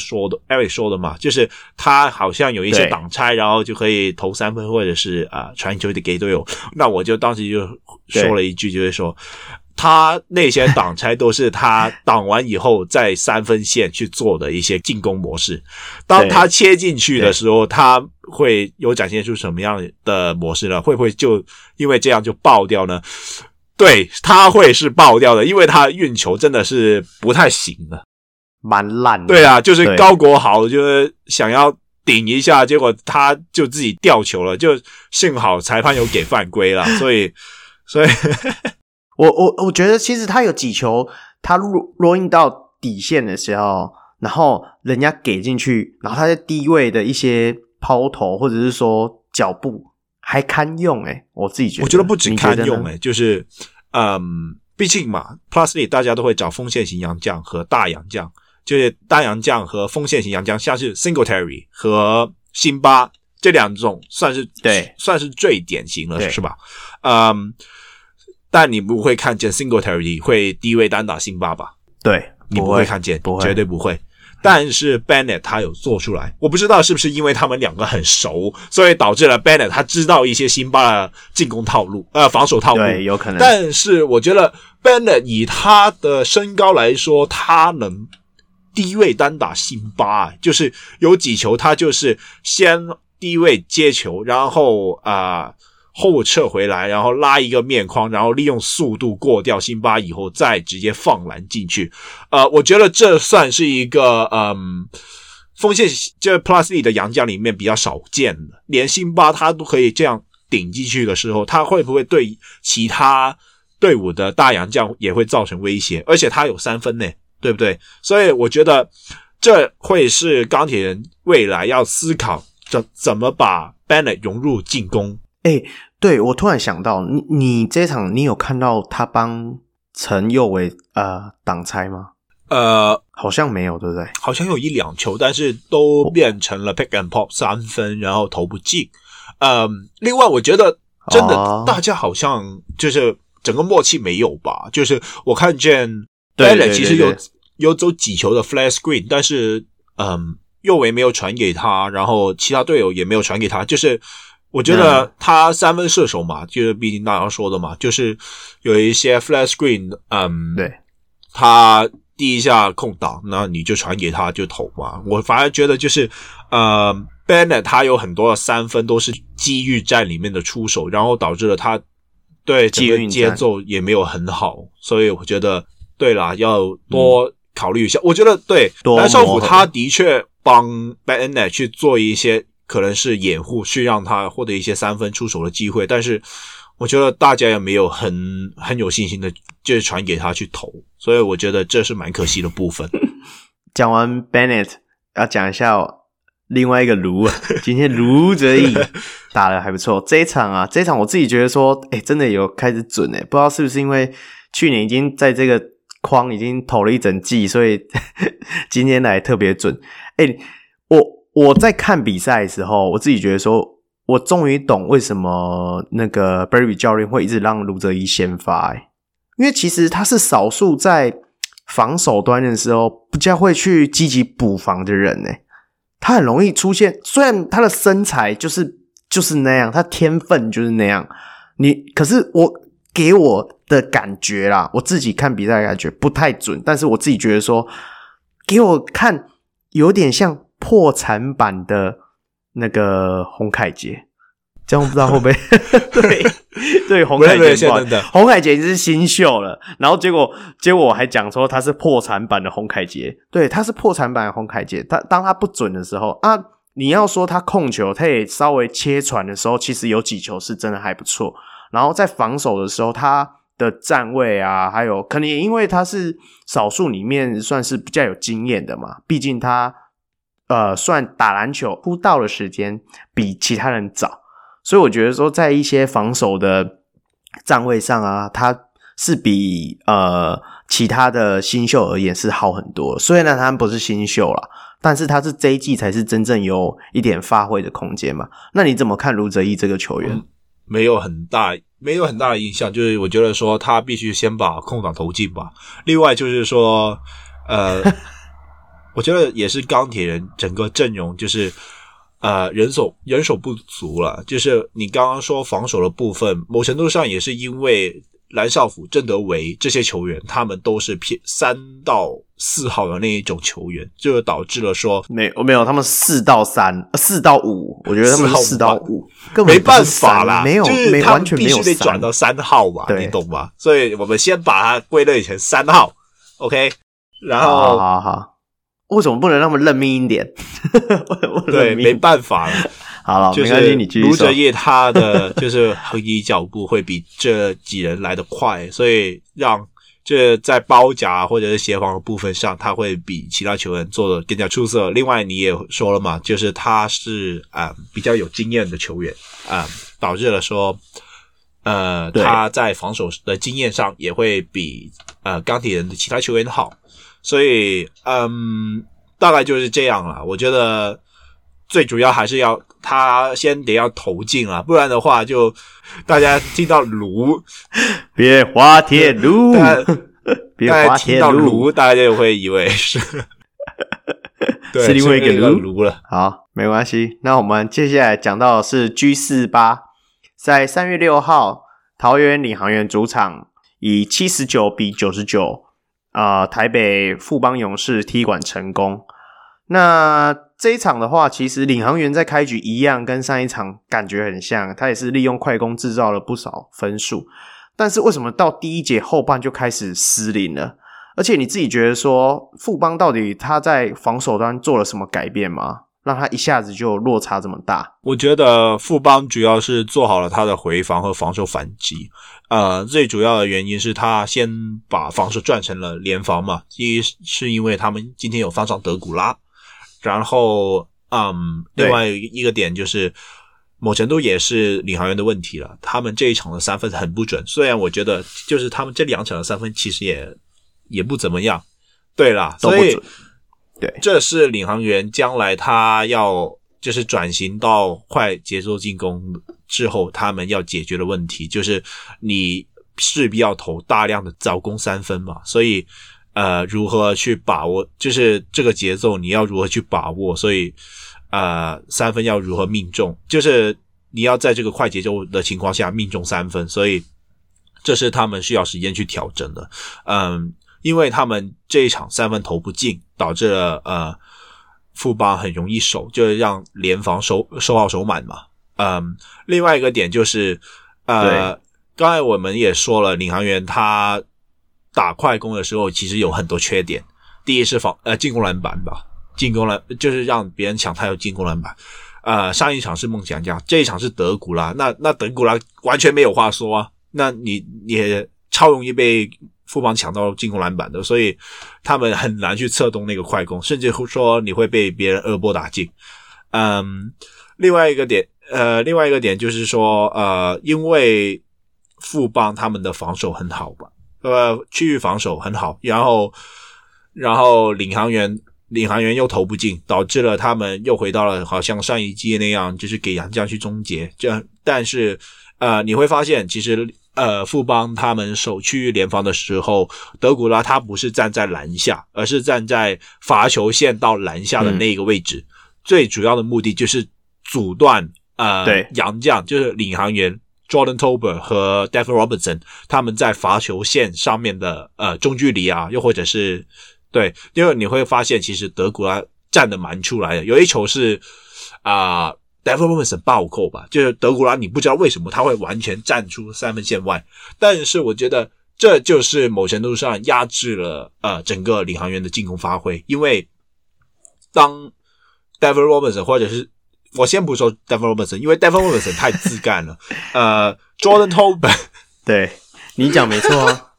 Eric 说的嘛，就是他好像有一些挡拆，然后就可以投3分或者是传球给队友。那我就当时就说了一句，就是说他那些挡拆都是他挡完以后在3分线去做的一些进攻模式。当他切进去的时候，他会有展现出什么样的模式呢？会不会就因为这样就爆掉呢？对，他会是爆掉的，因为他运球真的是不太行的， 蛮烂的。 对啊，就是高国豪就是想要顶一下，结果他就自己掉球了，就幸好裁判有给犯规了，所以我觉得其实他有几球，他落印到底线的时候，然后人家给进去，然后他在低位的一些抛投或者是说脚步还堪用我自己觉得， 我觉得不止堪用就是毕竟嘛 ，Plus League 大家都会找锋线型洋将和大洋将。就是大洋将和锋线型洋将，像是 Singletary 和辛巴这两种算是最典型了，是吧？但你不会看见 Singletary 会低位单打辛巴吧？ 对， 你不会看见，绝对不会。但是 Bennett 他有做出来，我不知道是不是因为他们两个很熟，所以导致了 Bennett 他知道一些辛巴的进攻套路，防守套路， 对，有可能。 但是我觉得 Bennett 以他的身高来说，他能低位单打辛巴，就是有几球他就是先低位接球，然后后撤回来，然后拉一个面框，然后利用速度过掉辛巴以后再直接放篮进去。我觉得这算是一个锋线这 Plus League 的洋将里面比较少见的，连辛巴他都可以这样顶进去的时候，他会不会对其他队伍的大洋将也会造成威胁？而且他有3分呢，对不对？所以我觉得这会是钢铁人未来要思考怎么把 Bennett 融入进攻。 对，我突然想到，你这场你有看到他帮陈佑伟挡拆吗？好像没有，对不对？ 好像有1-2球，但是都变成了 pick and pop 3分，然后投不进。另外我觉得真的大家好像就是整个默契没有吧，就是我看见 Bennett 其实有走几球的 flash screen， 但是右维没有传给他，然后其他队友也没有传给他，就是我觉得他3分射手嘛，就是毕竟大家说的嘛，就是有一些 flash screen， 对， 他第一下空档，那你就传给他就投嘛。我反而觉得就是Bennett 他有很多的3分都是机遇战里面的出手，然后导致了他对整个节奏也没有很好，所以我觉得对啦，要多考虑一下。我觉得对，蓝少辅他的确帮 Bennett 去做一些可能是掩护，去让他获得一些3分出手的机会，但是我觉得大家也没有很有信心的就是传给他去投，所以我觉得这是蛮可惜的部分。 讲完 Bennett 要讲一下另外一个卢，今天卢哲义打得还不错。这一场我自己觉得说真的有开始准不知道是不是因为去年已经在这个框已经投了一整季，所以今天来特别准。我在看比赛的时候，我自己觉得说，我终于懂为什么那个 Berry 教练会一直让卢哲一先发因为其实他是少数在防守端的时候比较会去积极补防的人他很容易出现，虽然他的身材就是那样，他天分就是那样，可是给我的感觉啦，我自己看比赛的感觉不太准，但是我自己觉得说，给我看有点像破产版的那个洪凯杰，这样不知道会不会对洪凯杰不好，洪凯杰是新秀了，然后结果我还讲说他是破产版的洪凯杰，对，他是破产版的洪凯杰，当他不准的时候你要说他控球，他也稍微切传的时候，其实有几球是真的还不错，然后在防守的时候，他的站位还有可能也因为他是少数里面算是比较有经验的嘛，毕竟他算打篮球出道的时间比其他人早，所以我觉得说在一些防守的站位上他是比其他的新秀而言是好很多，虽然他们不是新秀啦，但是他是这一季才是真正有一点发挥的空间嘛。那你怎么看卢哲义这个球员？ 没有很大的印象，就是我觉得说他必须先把空档投进吧。另外就是说我觉得也是钢铁人整个阵容就是人手不足了，就是你刚刚说防守的部分，某程度上也是因为蓝少辅、郑德维这些球员，他们都是偏3到4号的那一种球员，就导致了说没有，他们4到3、4到5，我觉得他们是4到5，根本没办法啦， 没有， 就是他们完全没有必须得转到3号吧，你懂吗？所以我们先把它归类成3号 ，OK， 然后好。 为什么不能让他们认命一点？ 对，没办法了。 好了， 就是没关系，你继续说。 卢哲业他的就是横移脚步会比这几人来得快，所以让这在包夹或者是协防的部分上，他会比其他球员做得更加出色。另外你也说了嘛，就是他是比较有经验的球员导致了说他在防守的经验上也会比钢铁人的其他球员好，所以大概就是这样了。我觉得最主要还是要他先得要投进了，不然的话就大家听到卢别滑铁卢，别滑铁听到卢， 卢大家就会以为是对， 是另外一个卢了。 好，没关系。那我们接下来讲到的是 G48， 在3月6号，桃园领航员主场以79-99，台北富邦勇士踢馆成功。那这一场的话，其实领航员在开局一样，跟上一场感觉很像，他也是利用快攻制造了不少分数。但是为什么到第一节后半就开始失灵了？而且你自己觉得说，富邦到底他在防守端做了什么改变吗？让他一下子就落差这么大？ 我觉得富邦主要是做好了他的回防和防守反击。最主要的原因是他先把防守转成了联防嘛，第一是因为他们今天有放上德古拉，然后另外一个点就是某程度也是领航员的问题了，他们这一场的三分很不准，虽然我觉得就是他们这两场的三分其实也不怎么样，对啦， 都不准。所以对， 这是领航员将来他要就是转型到快节奏进攻之后他们要解决的问题，就是你势必要投大量的早攻三分嘛，所以如何去把握，就是这个节奏你要如何去把握，所以三分要如何命中，就是你要在这个快节奏的情况下命中三分，所以这是他们需要时间去调整的。因为他们这一场三分投不进，导致了富邦很容易守，就是让联防收好手满嘛。另外一个点就是刚才我们也说了，领航员他打快攻的时候其实有很多缺点。第一是进攻篮板吧，进攻篮就是让别人抢他有进攻篮板。上一场是梦想家，这一场是德古拉，那德古拉完全没有话说啊，那你也超容易被富邦抢到进攻篮板的，所以他们很难去策动那个快攻，甚至说你会被别人二波打进。另外一个点就是说因为富邦他们的防守很好吧，区域防守很好，然后领航员又投不进，导致了他们又回到了好像上一季那样，就是给洋将去终结。但是你会发现其实富邦他们守区域联防的时候，德古拉他不是站在篮下，而是站在罚球线到篮下的那个位置。最主要的目的就是阻断洋将，就是领航员 Jordan Tolbert 和 Devin Robertson 他们在罚球线上面的中距离啊，又或者是对，因为你会发现其实德古拉站得蛮出来的，有一球是Devin Robertson 暴扣吧，就是德古拉你不知道为什么他会完全站出三分线外，但是我觉得这就是某程度上压制了整个领航员的进攻发挥，因为当 Devin Robertson 或者是我先不说 Devin Robertson， 因为 Devin Robertson 太自干了Jordan Tolbert 对，你讲没错啊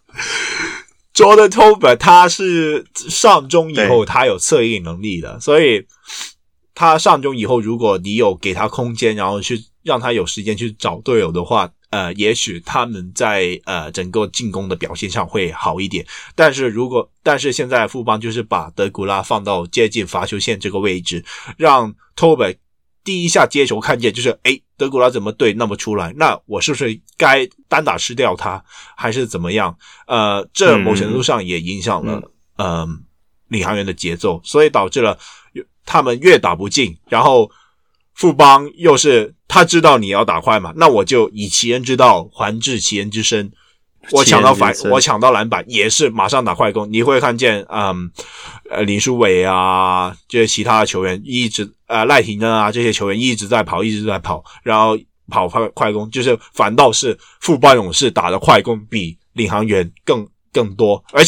Jordan Tolbert 他是上中以后他有策应能力的，所以他上中以后如果你有给他空间，然后去让他有时间去找队友的话，也许他们在整个进攻的表现上会好一点。但是现在富邦就是把德古拉放到接近罚球线这个位置，让 Tolbert 第一下接球看见就是德古拉怎么对那么出来，那我是不是该单打吃掉他还是怎么样？这某程度上也影响了领航员的节奏，所以导致了他们越打不进，然后富邦又是他知道你要打快嘛，那我就以其人之道还治其人之身，我抢到篮板也是马上打快攻。你会看见林书伟啊这些其他的球员一直赖廷恩啊这些球员一直在跑，然后跑快攻，就是反倒是富邦勇士打的快攻比领航员更多，而且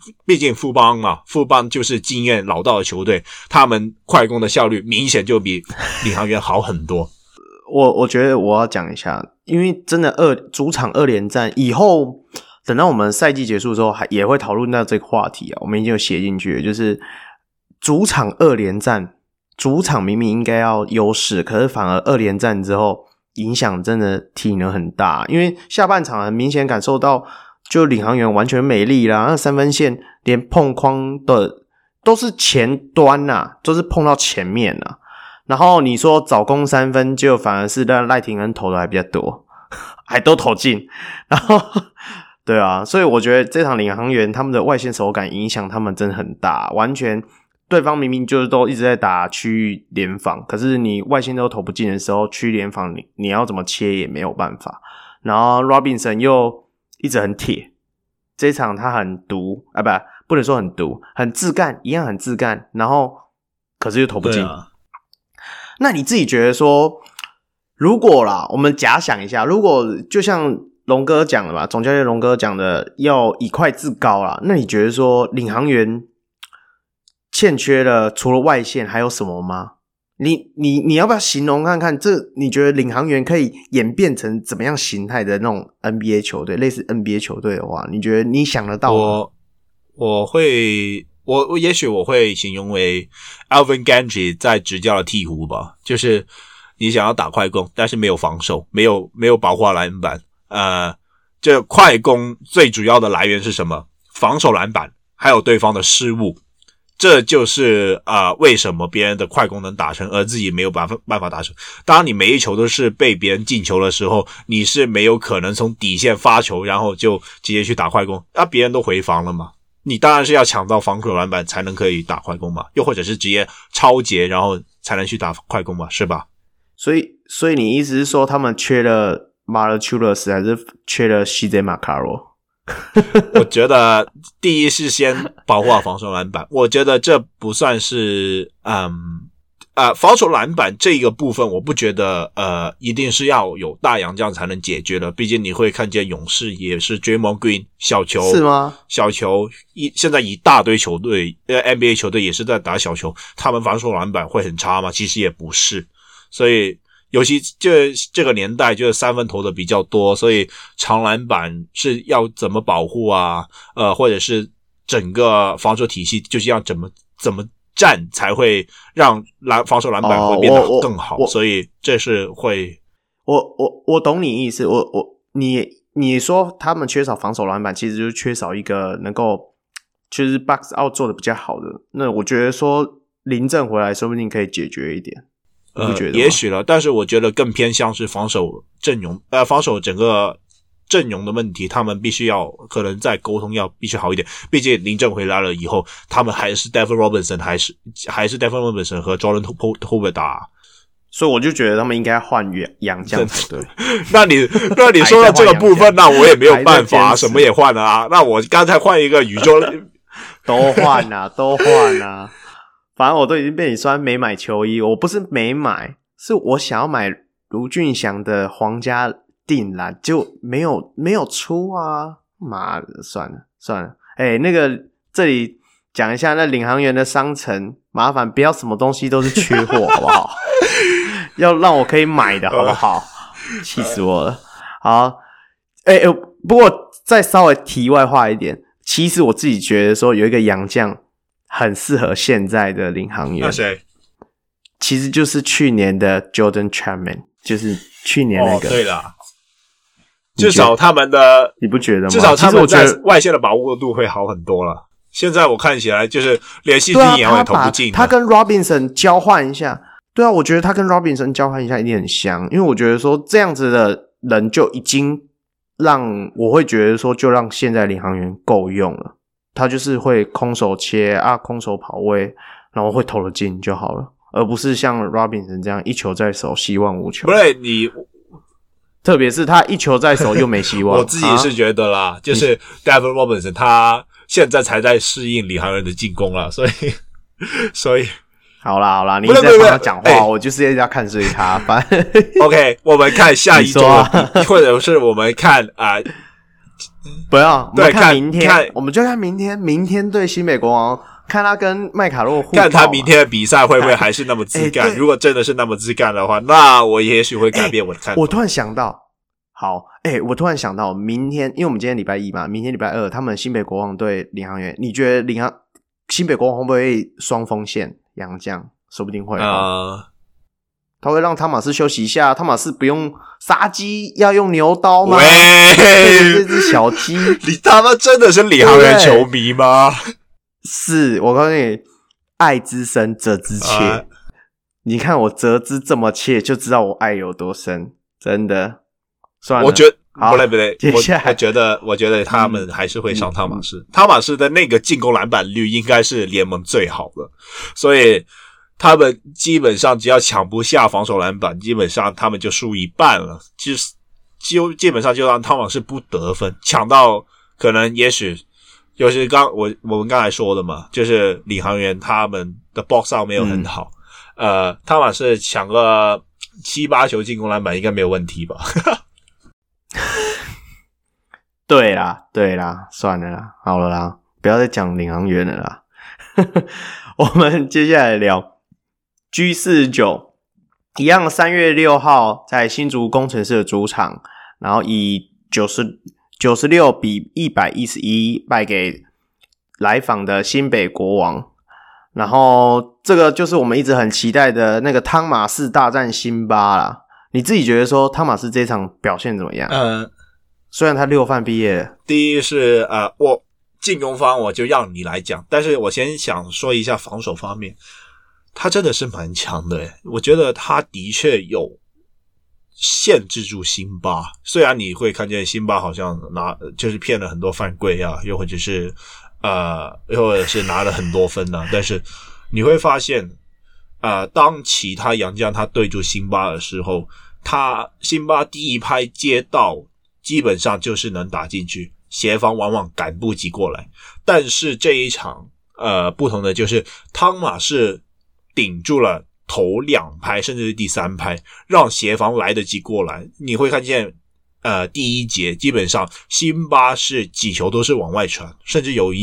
毕竟富邦嘛，富邦就是经验老道的球队，他们快攻的效率明显就比领航员好很多。 我觉得我要讲一下，因为真的主场2连战以后，等到我们赛季结束的时候，也会讨论到这个话题啊。我们已经有写进去了，就是主场2连战，主场明明应该要优势，可是反而2连战之后影响真的体能很大，因为下半场很明显感受到，就领航员完全没力啦，那3分线连碰框的都是前端啊，都是碰到前面啊。然后你说早攻3分，就反而是让赖廷恩投的还比较多，还都投进。然后对啊，所以我觉得这场领航员他们的外线手感影响他们真的很大，完全对方明明就是都一直在打区域联防，可是你外线都投不进的时候，区域联防你要怎么切也没有办法。然后 Robinson 又一直很铁，这一场他很毒啊，不能说很毒，很自干，一样很自干，然后可是又投不进。那你自己觉得说，如果啦，我们假想一下，如果就像龙哥讲的吧，总教练龙哥讲的要以快制高啦，那你觉得说领航员欠缺了除了外线还有什么吗？你要不要形容看看，这你觉得领航员可以演变成怎么样形态的那种 NBA 球队，类似 NBA 球队的话，你觉得你想得到吗？ 我也许我会形容为 Alvin Gentry 在执教的鹈鹕吧，就是你想要打快攻，但是没有防守，没有保护篮板。这快攻最主要的来源是什么？防守篮板，还有对方的失误。这就是为什么别人的快攻能打成，而自己没有办法打成。当你每一球都是被别人进球的时候，你是没有可能从底线发球，然后就直接去打快攻。别人都回防了嘛。你当然是要抢到防守篮板才能可以打快攻嘛，又或者是直接抄截然后才能去打快攻嘛，是吧？ 所以你意思是说他们缺了 Malachunas 还是缺了 CJ Macaro？ 我觉得第一是先保护好防守篮板，我觉得这不算是防守篮板这个部分，我不觉得一定是要有大洋将才能解决的。毕竟你会看见勇士也是 Draymond Green 小球是吗？小球现在一大堆球队NBA 球队也是在打小球，他们防守篮板会很差吗？其实也不是。所以尤其这个年代就是3分投的比较多，所以长篮板是要怎么保护啊？或者是整个防守体系就是要怎么站才会让防守篮板会变得更好，所以这是会我懂你意思，你说他们缺少防守篮板，其实就是缺少一个能够就是 box out 做的比较好的。那我觉得说林正回来说不定可以解决一点，你不觉得吗？ 也许了，但是我觉得更偏向是防守阵容防守整个阵容的问题，他们必须要可能在沟通要必须好一点。毕竟林正回来了以后，他们还是 Devin Robinson 还是 Devin Robinson 和 Jordan Howard 打， 所以我就觉得他们应该换洋将才对。 那你说的这个部分，那我也没有办法，什么也换了啊。那我刚才换一个宇宙都换啊，都换啊。反正我都已经被你说没买球衣，我不是没买，是我想要买卢俊祥的皇家定啦，就没有出啊！妈的，算了。那个这里讲一下，那领航员的商城，麻烦不要什么东西都是缺货，好不好？要让我可以买的，好不好？气死我了！好，不过再稍微题外话一点，其实我自己觉得说有一个洋将很适合现在的领航员， 那谁？ 其实就是去年的 Jordan Chapman， 就是去年那个。 对啦。至少他们的你不觉得吗？ 至少他们在外线的把握度会好很多了。现在我看起来就是连续第一眼也投不进。 他跟 Robinson 交换一下，对啊，我觉得他跟 Robinson 交换一下一定很香，因为我觉得说这样子的人就已经让我会觉得说就让现在领航员够用了。他就是会空手切空手跑位，然后会投得进就好了，而不是像 Robinson 这样一球在手希望无穷。 不对，你。 特別是他一球在手又没希望。 我自己是觉得啦，就是 Devin Robinson 他现在才在适应领航员的进攻啦，所以好啦，你一直在帮他讲话，我就是一直要看衰他。反正 OK， 我们看下一周或者是我们看不要，我对们看明天， 看我们就看明天对新北国王，看他跟麦卡洛互看他明天的比赛会不会还是那么自干。如果真的是那么自干的话，那我也许会改变我的看法。 我突然想到，好，我突然想到，明天因为我们今天礼拜一嘛，明天礼拜二，他们新北国王对领航员，你觉得新北国王会不会双锋线洋将？说不定会他会让汤马斯休息一下，汤马斯不用杀鸡，要用牛刀吗？这只小鸡， 你他妈真的是领航员球迷吗？ 是，我告诉你，爱之深，责之切。你看我责之这么切，就知道我爱有多深，真的。算了， 我觉得不对， 接下来我觉得他们还是会上汤马士。汤马士的那个进攻篮板率应该是联盟最好的，所以他们基本上只要抢不下防守篮板，基本上他们就输一半了。基本上就让汤马士不得分，抢到可能也许就是我们刚才说的嘛，就是领航员他们的 box out 没有很好，汤马士抢个7-8球进攻篮板应该没有问题吧。 对啦，算了啦，好了啦，不要再讲领航员了啦。我们接下来聊 G49， 一样3月6号在新竹工程师的主场，然后以96比111败给来访的新北国王。然后这个就是我们一直很期待的那个汤马士大战辛巴啦。你自己觉得说汤马士这场表现怎么样？虽然他6犯毕业了。 第一是我进攻方我就让你来讲，但是我先想说一下防守方面，他真的是蛮强的耶。我觉得他的确有限制住辛巴，虽然你会看见辛巴好像就是骗了很多犯规啊，又或者是拿了很多分啊，但是你会发现当其他洋将他对住辛巴的时候，辛巴第一拍接到基本上就是能打进去，协防往往赶不及过来。但是这一场不同的就是汤马士顶住了头2拍甚至是第3拍，让协防来得及过来。你会看见第一节基本上辛巴是几球都是往外传，甚至有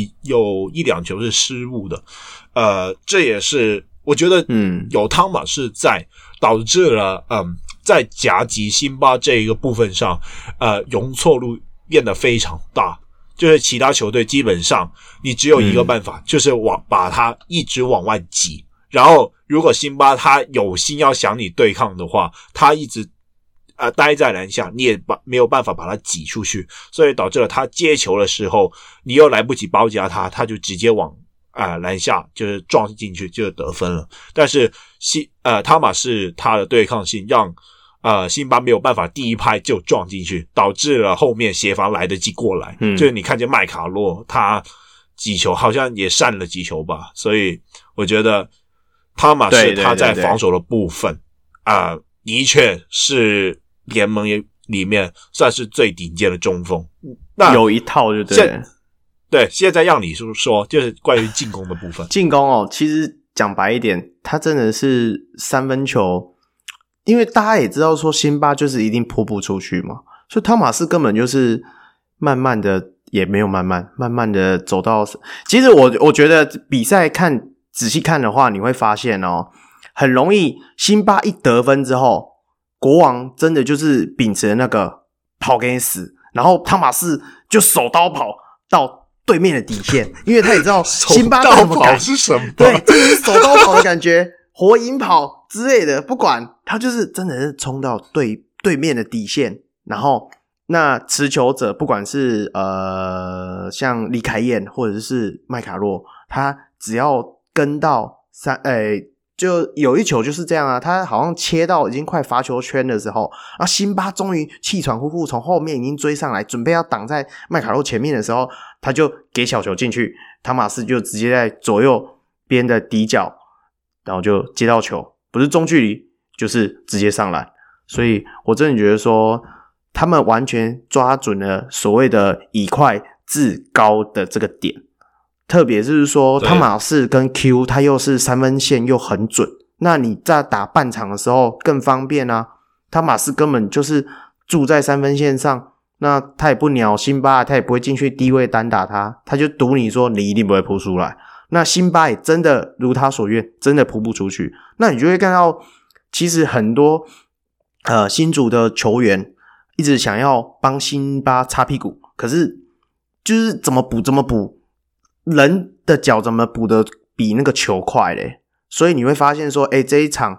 1-2球是失误的。这也是我觉得有汤马士在导致了在夹击辛巴这一个部分上容错率变得非常大。就是其他球队基本上你只有一个办法，就是把他一直往外挤，然后如果辛巴他有心要想你对抗的话，他一直待在篮下，你也没有办法把他挤出去，所以导致了他接球的时候你又来不及包夹他就直接往篮下就是撞进去就得分了。但是汤马士他的对抗性让辛巴没有办法第一拍就撞进去，导致了后面协防来得及过来。就是你看见麦卡洛他几球好像也扇了几球吧，所以我觉得汤马士他在防守的部分的确是联盟里面算是最顶尖的中锋。那有一套就对了。 对，现在让你说就是关于进攻的部分。 进攻其实讲白一点，他真的是3分球，因为大家也知道说辛巴就是一定扑不出去嘛，所以汤马士根本就是慢慢的，也没有慢慢的走到。其实我觉得比赛仔细看的话，你会发现很容易辛巴一得分之后，国王真的就是秉持那个跑给你死，然后汤马士就手刀跑到对面的底线，因为他也知道辛巴怎么赶是什么， 对，就是手刀跑的感觉，火影跑之类的，不管他就是真的是冲到对面的底线，然后那持球者不管是像李凯燕或者是麦卡洛，他只要跟到就有一球就是这样他好像切到已经快罚球圈的时候，辛巴终于气喘呼呼从后面已经追上来，准备要挡在麦卡洛前面的时候，他就给小球进去，汤马士就直接在左右边的底角，然后就接到球，不是中距离就是直接上篮。所以我真的觉得说他们完全抓准了所谓的以快制高的这个点，特别是说汤马士跟 Q 他又是3分线又很准，那你在打半场的时候更方便汤马士根本就是住在3分线上， 那他也不鸟辛巴，他也不会进去低位单打他，他就赌你说你一定不会扑出来。那辛巴也真的如他所愿，真的扑不出去。那你就会看到，其实很多新竹的球员一直想要帮辛巴擦屁股，可是就是怎么补，人的脚怎么补的比那个球快嘞？所以你会发现说，这一场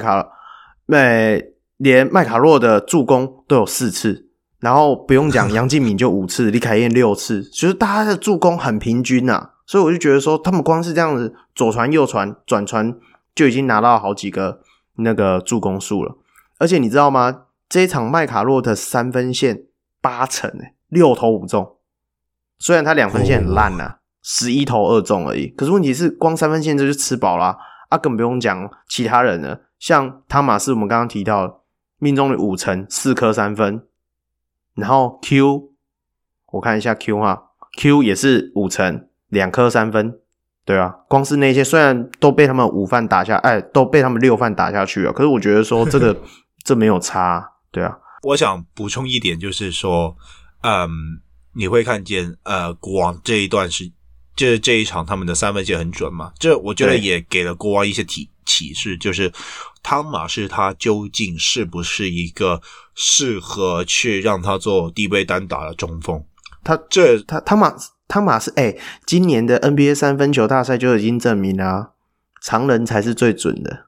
连麦卡洛的助攻都有4次，然后不用讲杨敬敏就5次，李凯燕6次，就是大家的助攻很平均啊。所以我就觉得说，他们光是这样子左传右传转传就已经拿到好几个那个助攻数了。而且你知道吗？这一场麦卡洛的3分线8成6投5中，虽然他2分线很烂啊，11投2中而已。可是问题是，光3分线这就吃饱啦更不用讲其他人了。像汤马斯，我们刚刚提到的命中率5成，4颗3分，然后 Q， 我看一下 Q 哈 ，Q 也是5成，2颗3分，对啊，光是那些虽然都被他们5犯打下，都被他们6犯打下去了，可是我觉得说这没有差，对啊。 我想补充一点，就是说，你会看见国王这一段就是这一场他们的3分线很准嘛，这我觉得也给了国王一些启示，就是汤马士他究竟是不是一个适合去让他做低位单打的中锋？汤马士今年的 NBA 3分球大赛就已经证明了常人才是最准的。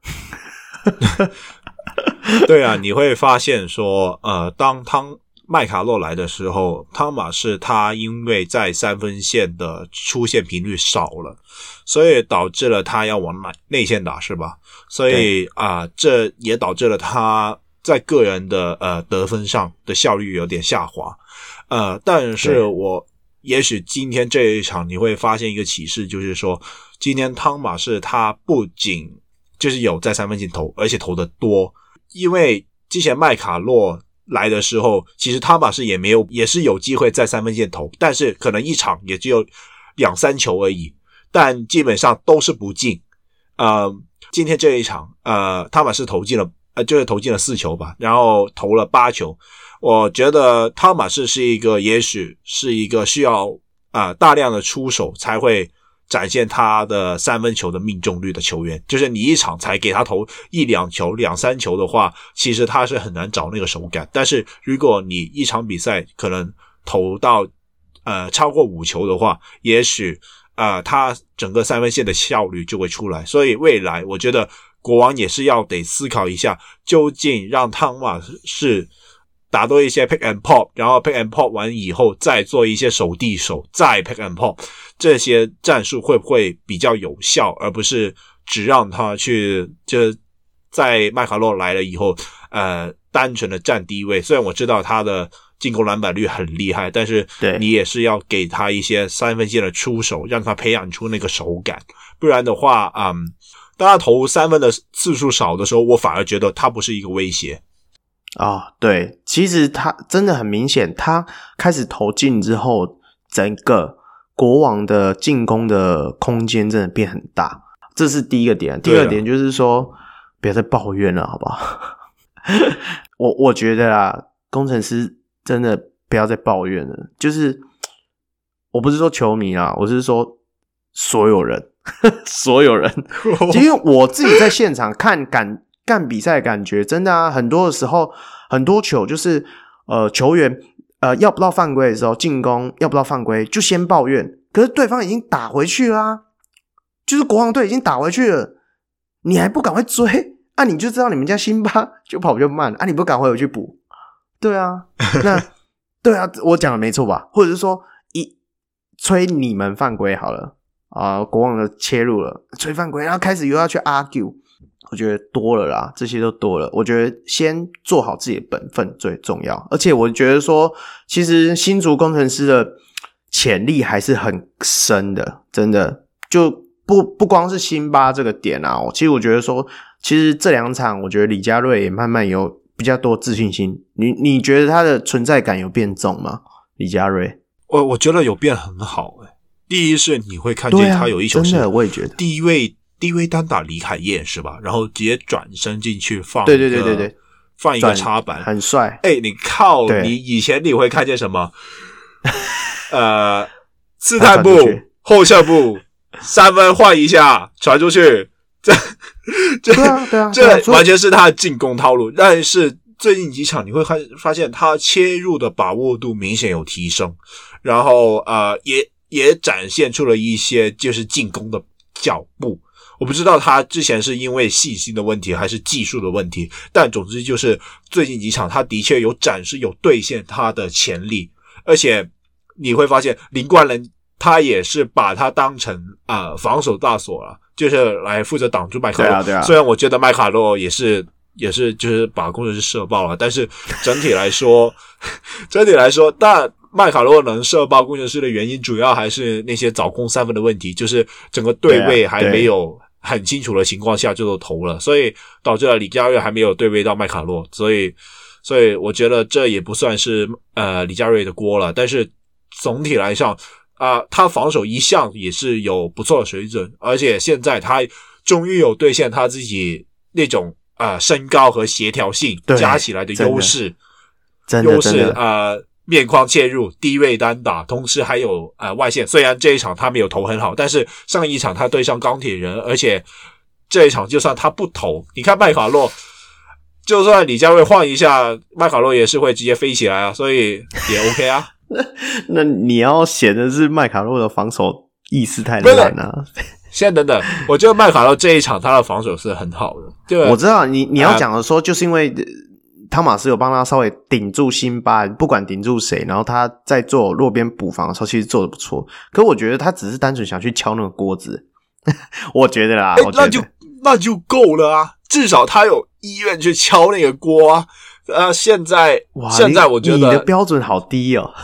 对啊，你会发现说当麦卡洛来的时候，汤马士他因为在3分线的出现频率少了，所以导致了他要往内线打，是吧？所以这也导致了他在个人的得分上的效率有点下滑。但是也许今天这一场你会发现一个启示，就是说今天汤马士他不仅就是有在3分线投，而且投得多。因为之前麦卡洛来的时候，其实汤马士也是有机会在3分线投，但是可能一场也只有2-3球而已，但基本上都是不进。今天这一场汤马士投进了4球吧，然后投了8球。我觉得汤马士也许是一个需要大量的出手才会展现他的3分球的命中率的球员，就是你一场才给他投1-2球2-3球的话，其实他是很难找那个手感。但是如果你一场比赛可能投到超过5球的话，也许他整个3分线的效率就会出来。所以未来我觉得国王也是得思考一下，究竟让汤马士打多一些 pick and pop， 然后 pick and pop 完以后再做一些手递手，再 pick and pop， 这些战术会不会比较有效，而不是只让他去就在麦卡洛来了以后单纯的占低位。虽然我知道他的进攻篮板率很厉害，但是你也是要给他一些3分线的出手，让他培养出那个手感。不然的话当他投3分的次数少的时候，我反而觉得他不是一个威胁。 对，其实他真的很明显，他开始投进之后，整个国王的进攻的空间真的变很大，这是第一个点。第二点就是说，不要再抱怨了，好不好？我觉得啦，工程师真的不要再抱怨了。就是我不是说球迷啦，我是说所有人，所有人，因为我自己在现场干比赛的感觉真的很多的时候，很多球就是球员要不到犯规的时候，进攻要不到犯规就先抱怨，可是对方已经打回去啦，就是国王队已经打回去了，你还不赶快追你就知道你们家辛巴就跑比较慢你不赶快回去补。对啊，那对啊，我讲的没错吧？或者是说吹你们犯规好了国王的切入了，吹犯规，然后开始又要去 argue，我觉得多了啦，这些都多了。我觉得先做好自己的本分最重要，而且我觉得说，其实新竹工程师的潜力还是很深的，真的就不光是辛巴这个点其实我觉得说，其实这2场，我觉得李家瑞也慢慢有比较多自信心。你觉得他的存在感有变重吗？李家瑞， 我觉得有变很好第一是你会看见他有一球是真的，我也觉得低位单打李凯燕是吧？然后直接转身进去放对， 放一个插板， 很帅。 你靠， 对你以前你会看见什么？刺探部、后撤步，3分换一下传出去， 对啊， 这完全是他的进攻套路。但是最近几场你会发现他切入的把握度明显有提升，然后也展现出了一些就是进攻的脚步。我不知道他之前是因为细心的问题还是技术的问题，但总之就是最近几场他的确有展示有兑现他的潜力，而且你会发现林冠仁他也是把他当成防守大锁了，就是来负责挡住麦卡洛。 对啊。 虽然我觉得麦卡洛也是就是把工程师射爆了，但是整体来说，但麦卡洛能射爆工程师的原因，主要还是那些早攻3分的问题，就是整个对位还没有很清楚的情况下就都投了，所以导致了李佳瑞还没有对位到麦卡洛，所以我觉得这也不算是李佳瑞的锅了。但是总体来上他防守一向也是有不错的水准，而且现在他终于有兑现他自己那种身高和协调性加起来的优势，优势面框切入、低位单打，同时还有外线。虽然这一场他没有投很好，但是上一场他对上钢铁人，而且这一场就算他不投，你看麦卡洛，就算李佳瑞换一下，麦卡洛也是会直接飞起来啊，所以也 OK 啊。 那你要显的是麦卡洛的防守意识太烂啊。 现在等等，我觉得麦卡洛这一场他的防守是很好的。对， 我知道你要讲的说，就是因为汤马斯有帮他稍微顶住辛巴，不管顶住谁，然后他在做弱边补防的时候，其实做得不错。可我觉得他只是单纯想去敲那个锅子，我觉得啦， 那就够了啊，至少他有意愿去敲那个锅啊。现在我觉得你的标准好低哦。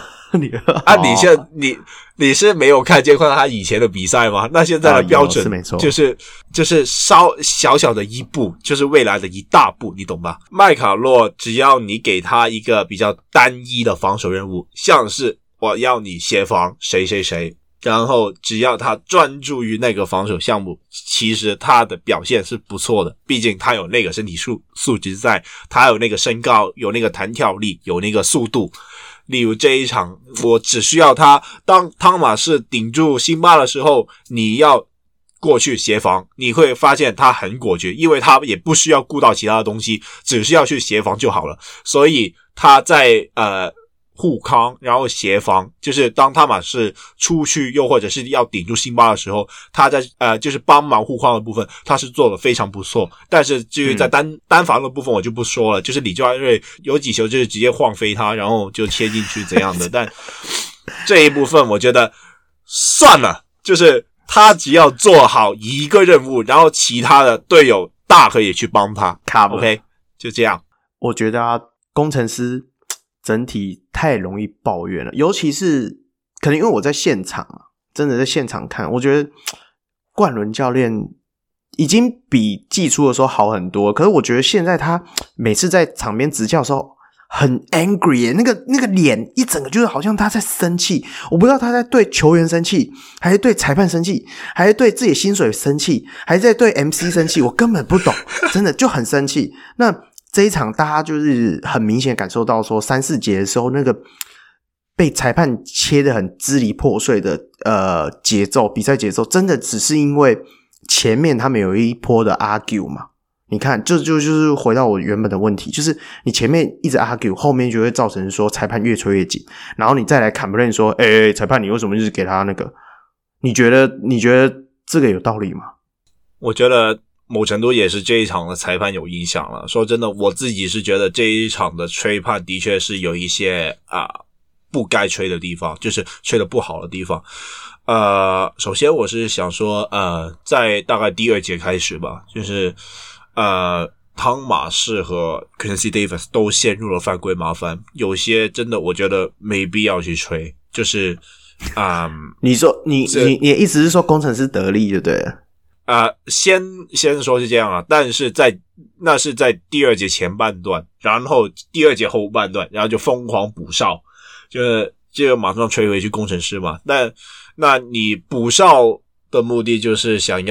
你是没有看他以前的比赛吗？那现在的标准就是稍小小的一步，就是未来的一大步，你懂吧？麦卡洛只要你给他一个比较单一的防守任务，像是我要你协防谁，然后只要他专注于那个防守项目，其实他的表现是不错的。毕竟他有那个身体素质在，他有那个身高，有那个弹跳力，有那个速度。例如这一场，我只需要他当汤马士顶住辛巴的时候，你要过去协防，你会发现他很果决，因为他也不需要顾到其他的东西，只需要去协防就好了。所以他在护康，然后协防，就是当汤马士出去又或者是要顶住辛巴的时候，他在就是帮忙护康的部分他是做得非常不错。但是至于在单防的部分我就不说了，就是李佳瑞有几球就是直接晃飞他，然后就切进去怎样的。但这一部分我觉得算了，就是他只要做好一个任务，然后其他的队友大可以去帮他 OK， 就这样。 我觉得工程师整体太容易抱怨了，尤其是可能因为我在现场真的在现场看，我觉得冠伦教练已经比季初的时候好很多，可是我觉得现在他每次在场边执教的时候很 angry 耶，那个脸一整个就是好像他在生气，我不知道他在对球员生气，还是对裁判生气，还是对自己薪水生气，还是在对 MC 生气，我根本不懂，真的就很生气。那这一场大家就是很明显感受到说3-4节的时候那个被裁判切得很支离破碎的节奏，比赛节奏真的只是因为前面他们有一波的 argue 嘛。你看就是回到我原本的问题，就是你前面一直 argue， 后面就会造成说裁判越吹越紧，然后你再来 complain 说裁判你为什么就是给他那个，你觉得这个有道理吗？ 我觉得某程度也是这一场的裁判有影响了。说真的，我自己是觉得这一场的吹判的确是有一些不该吹的地方，就是吹得不好的地方。首先我是想说在大概第2节开始吧，就是汤马士和 Quincy Davis 都陷入了犯规麻烦，有些真的我觉得没必要去吹，就是你说你的意思是说工程师得利就对了？ 先说是这样啊，但是那是在第2节前半段，然后第2节后半段，然后就疯狂补哨，就马上吹回去工程师嘛。那你补哨的目的就是想要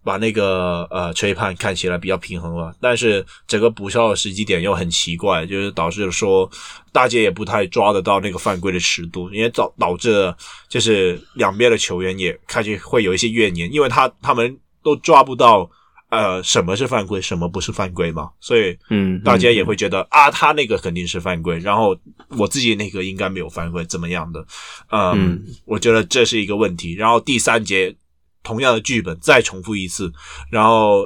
把那个吹判看起来比较平衡了，但是整个补哨的时机点又很奇怪，就是导致说大家也不太抓得到那个犯规的尺度，因为导致了就是两边的球员也开始会有一些怨言，因为他们都抓不到什么是犯规，什么不是犯规嘛，所以大家也会觉得他那个肯定是犯规，然后我自己那个应该没有犯规，怎么样的？我觉得这是一个问题。然后第3节同样的剧本再重复一次，然后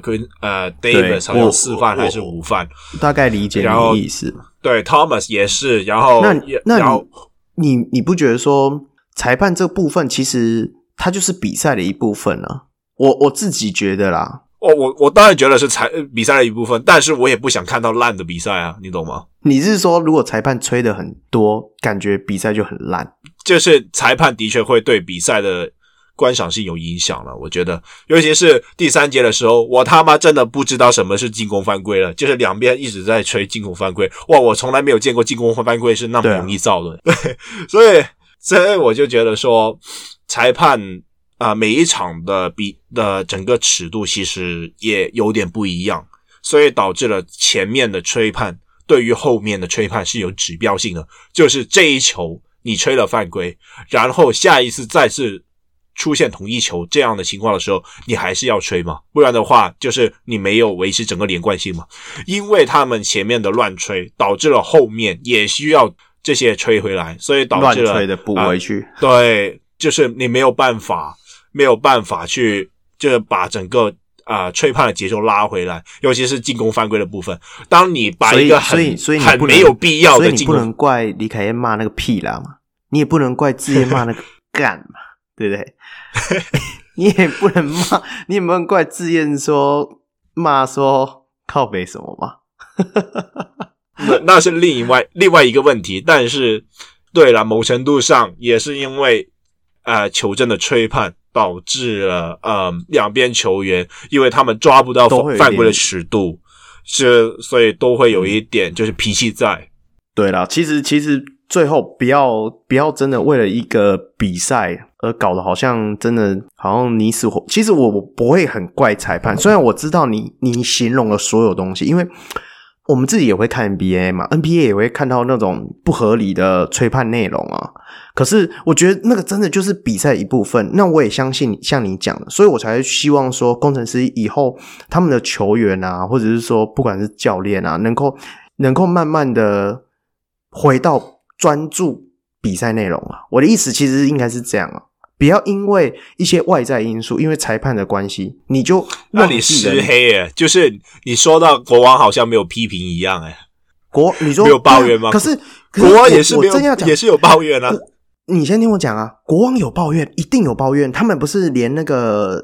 Davis 好像4犯还是5犯， 大概理解你的意思。 对 ，Thomas 也是，然后你不觉得说裁判这部分其实它就是比赛的一部分呢？我自己觉得啦。 我当然觉得是比赛的一部分，但是我也不想看到烂的比赛啊，你懂吗？ 你是说如果裁判吹的很多，感觉比赛就很烂？ 就是裁判的确会对比赛的观赏性有影响了，我觉得，尤其是第3节的时候，我他妈真的不知道什么是进攻犯规了，就是两边一直在吹进攻犯规，哇，我从来没有见过进攻犯规是那么容易造的，对，所以我就觉得说，裁判每一场的整个尺度其实也有点不一样，所以导致了前面的吹判对于后面的吹判是有指标性的，就是这一球你吹了犯规，然后下一次再次出现同一球这样的情况的时候，你还是要吹嘛，不然的话就是你没有维持整个连贯性嘛，因为他们前面的乱吹导致了后面也需要这些吹回来，所以导致了乱吹的补回去， 对，就是你没有办法去就是把整个吹判的节奏拉回来，尤其是进攻犯规的部分。当你把一个很没有必要的进攻， 所以你不能怪李凯燕骂那个屁啦嘛，你也不能怪志燕骂那个干嘛，对不对？你也不能怪志燕骂说靠北什么嘛。 那是另外一个问题，但是对了，某程度上也是因为球证的吹判导致了两边球员因为他们抓不到犯规的尺度，所以都会有一点就是脾气在。 对啦，其实最后不要真的为了一个比赛而搞得好像真的好像你死活。其实我不会很怪裁判，虽然我知道你形容了所有东西，因为我们自己也会看 NBA 嘛 ，NBA 也会看到那种不合理的吹判内容啊。可是我觉得那个真的就是比赛一部分，那我也相信像你讲的，所以我才希望说工程师以后他们的球员啊，或者是说不管是教练啊，能够慢慢的回到专注比赛内容啊。我的意思其实应该是这样啊，不要因为一些外在因素，因为裁判的关系，你就那你失黑耶，就是你说到国王好像没有批评一样耶。 你说没有抱怨吗？ 可是国王也是没有，也是有抱怨啊。 你先听我讲啊，国王有抱怨，一定有抱怨。他们不是连那个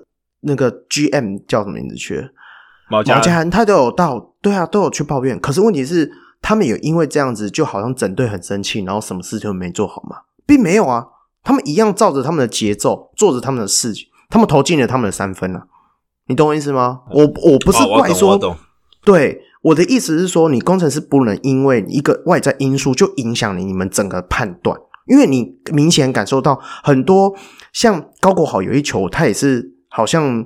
GM 叫什么名字去了？毛家涵他都有对啊，都有去抱怨。可是问题是，他们有因为这样子，就好像整队很生气，然后什么事情都没做好嘛，并没有啊。他们一样照着他们的节奏，做着他们的事情，他们投进了他们的3分啊。你懂我意思吗？我不是怪说， 我懂。 对，我的意思是说，你工程师不能因为一个外在因素就影响你们整个判断。因为你明显感受到很多像高国豪有一球，他也是好像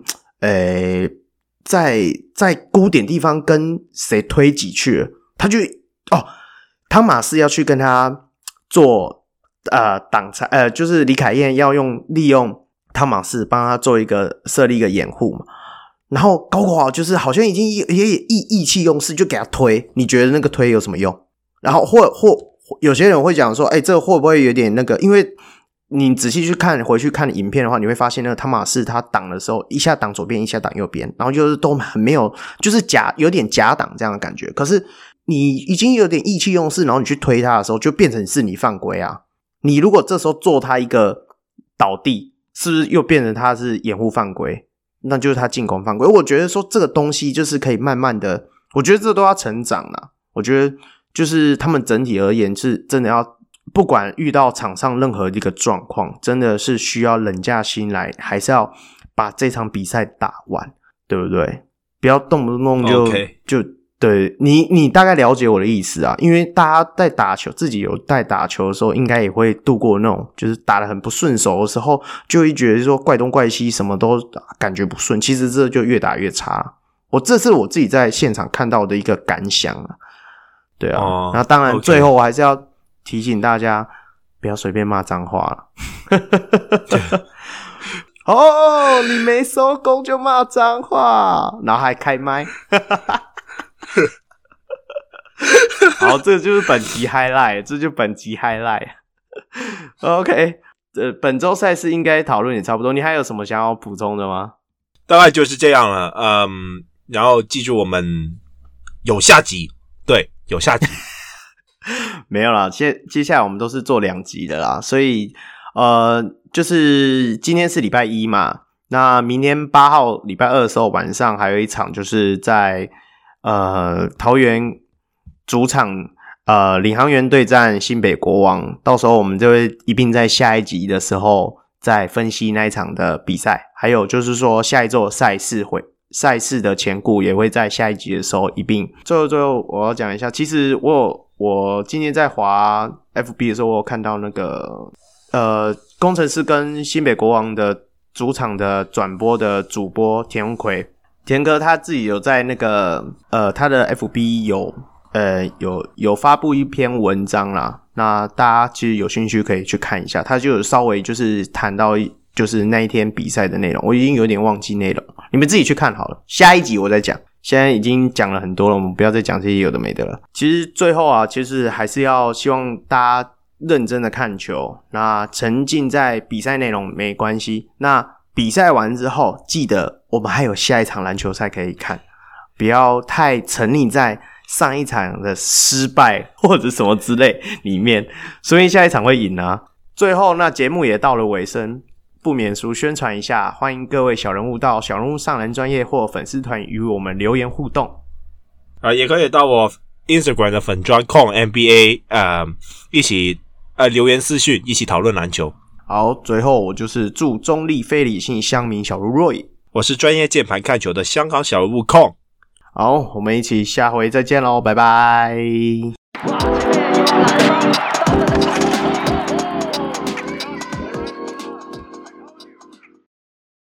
在孤点地方跟谁推挤去了，他就汤马斯要去跟他做挡拆，就是李凯燕要利用汤马斯帮他做设立一个掩护嘛，然后高国豪就是好像已经也意气用事，就给他推，你觉得那个推有什么用？然后或有些人会讲说，这个会不会有点那个？因为你仔细回去看影片的话，你会发现那个汤马士他挡的时候，一下挡左边，一下挡右边，然后就是都很没有，就是有点假挡这样的感觉。可是你已经有点意气用事，然后你去推他的时候，就变成是你犯规啊！你如果这时候做他一个倒地，是不是又变成他是掩护犯规？那就是他进攻犯规。我觉得说这个东西就是可以慢慢的，我觉得这都要成长啦。我觉得就是他们整体而言是真的要，不管遇到场上任何一个状况，真的是需要冷下心来，还是要把这场比赛打完，对不对？不要动不动就对你大概了解我的意思啊，因为大家在打球，自己有在打球的时候，应该也会度过那种就是打得很不顺手的时候，就会觉得说怪东怪西，什么都感觉不顺，其实这就越打越差。这是我自己在现场看到的一个感想啊。对啊，那当然最后我还是要提醒大家，不要随便骂脏话了。哦，你没收工就骂脏话，然后还开麦。好，这就是本集 highlight， 这就本集 highlight。OK， 本周赛事应该讨论也差不多，你还有什么想要补充的吗？ 大概就是这样了，然后记住我们有下集，对，有下集。 没有啦，接下来我们都是做2集的啦，所以就是今天是礼拜一嘛，那明天8号礼拜2的时候晚上还有一场，就是在桃园主场领航员对战新北国王，到时候我们就会一并在下一集的时候再分析那一场的比赛，还有就是说下一周的赛事的前顾也会在下一集的时候一并。最后我要讲一下，其实我今天在滑 FB 的时候，我有看到那个工程师跟新北国王的主场的转播的主播田文奎，田哥他自己有在那个他的 FB 有发布一篇文章啦，那大家其实有兴趣可以去看一下，他就有稍微就是谈到就是那一天比赛的内容，我已经有点忘记内容，你们自己去看好了，下一集我再讲，现在已经讲了很多了，我们不要再讲这些有的没的了。其实最后啊，其实还是要希望大家认真的看球，那沉浸在比赛内容没关系，那比赛完之后记得我们还有下一场篮球赛可以看，不要太沉溺在上一场的失败或者什么之类里面，所以下一场会赢啊。最后那节目也到了尾声，不免俗宣传一下，欢迎各位小人物到小人物上篮专页或粉丝团与我们留言互动也可以到我 Instagram 的粉专控 NBA 一起留言私讯，一起讨论篮球。 好，最后我就是祝中立非理性乡民小如 Roy， 我是专业键盘看球的香港小人物控。 好，我们一起下回再见咯，拜拜。 哇，这边有篮吗？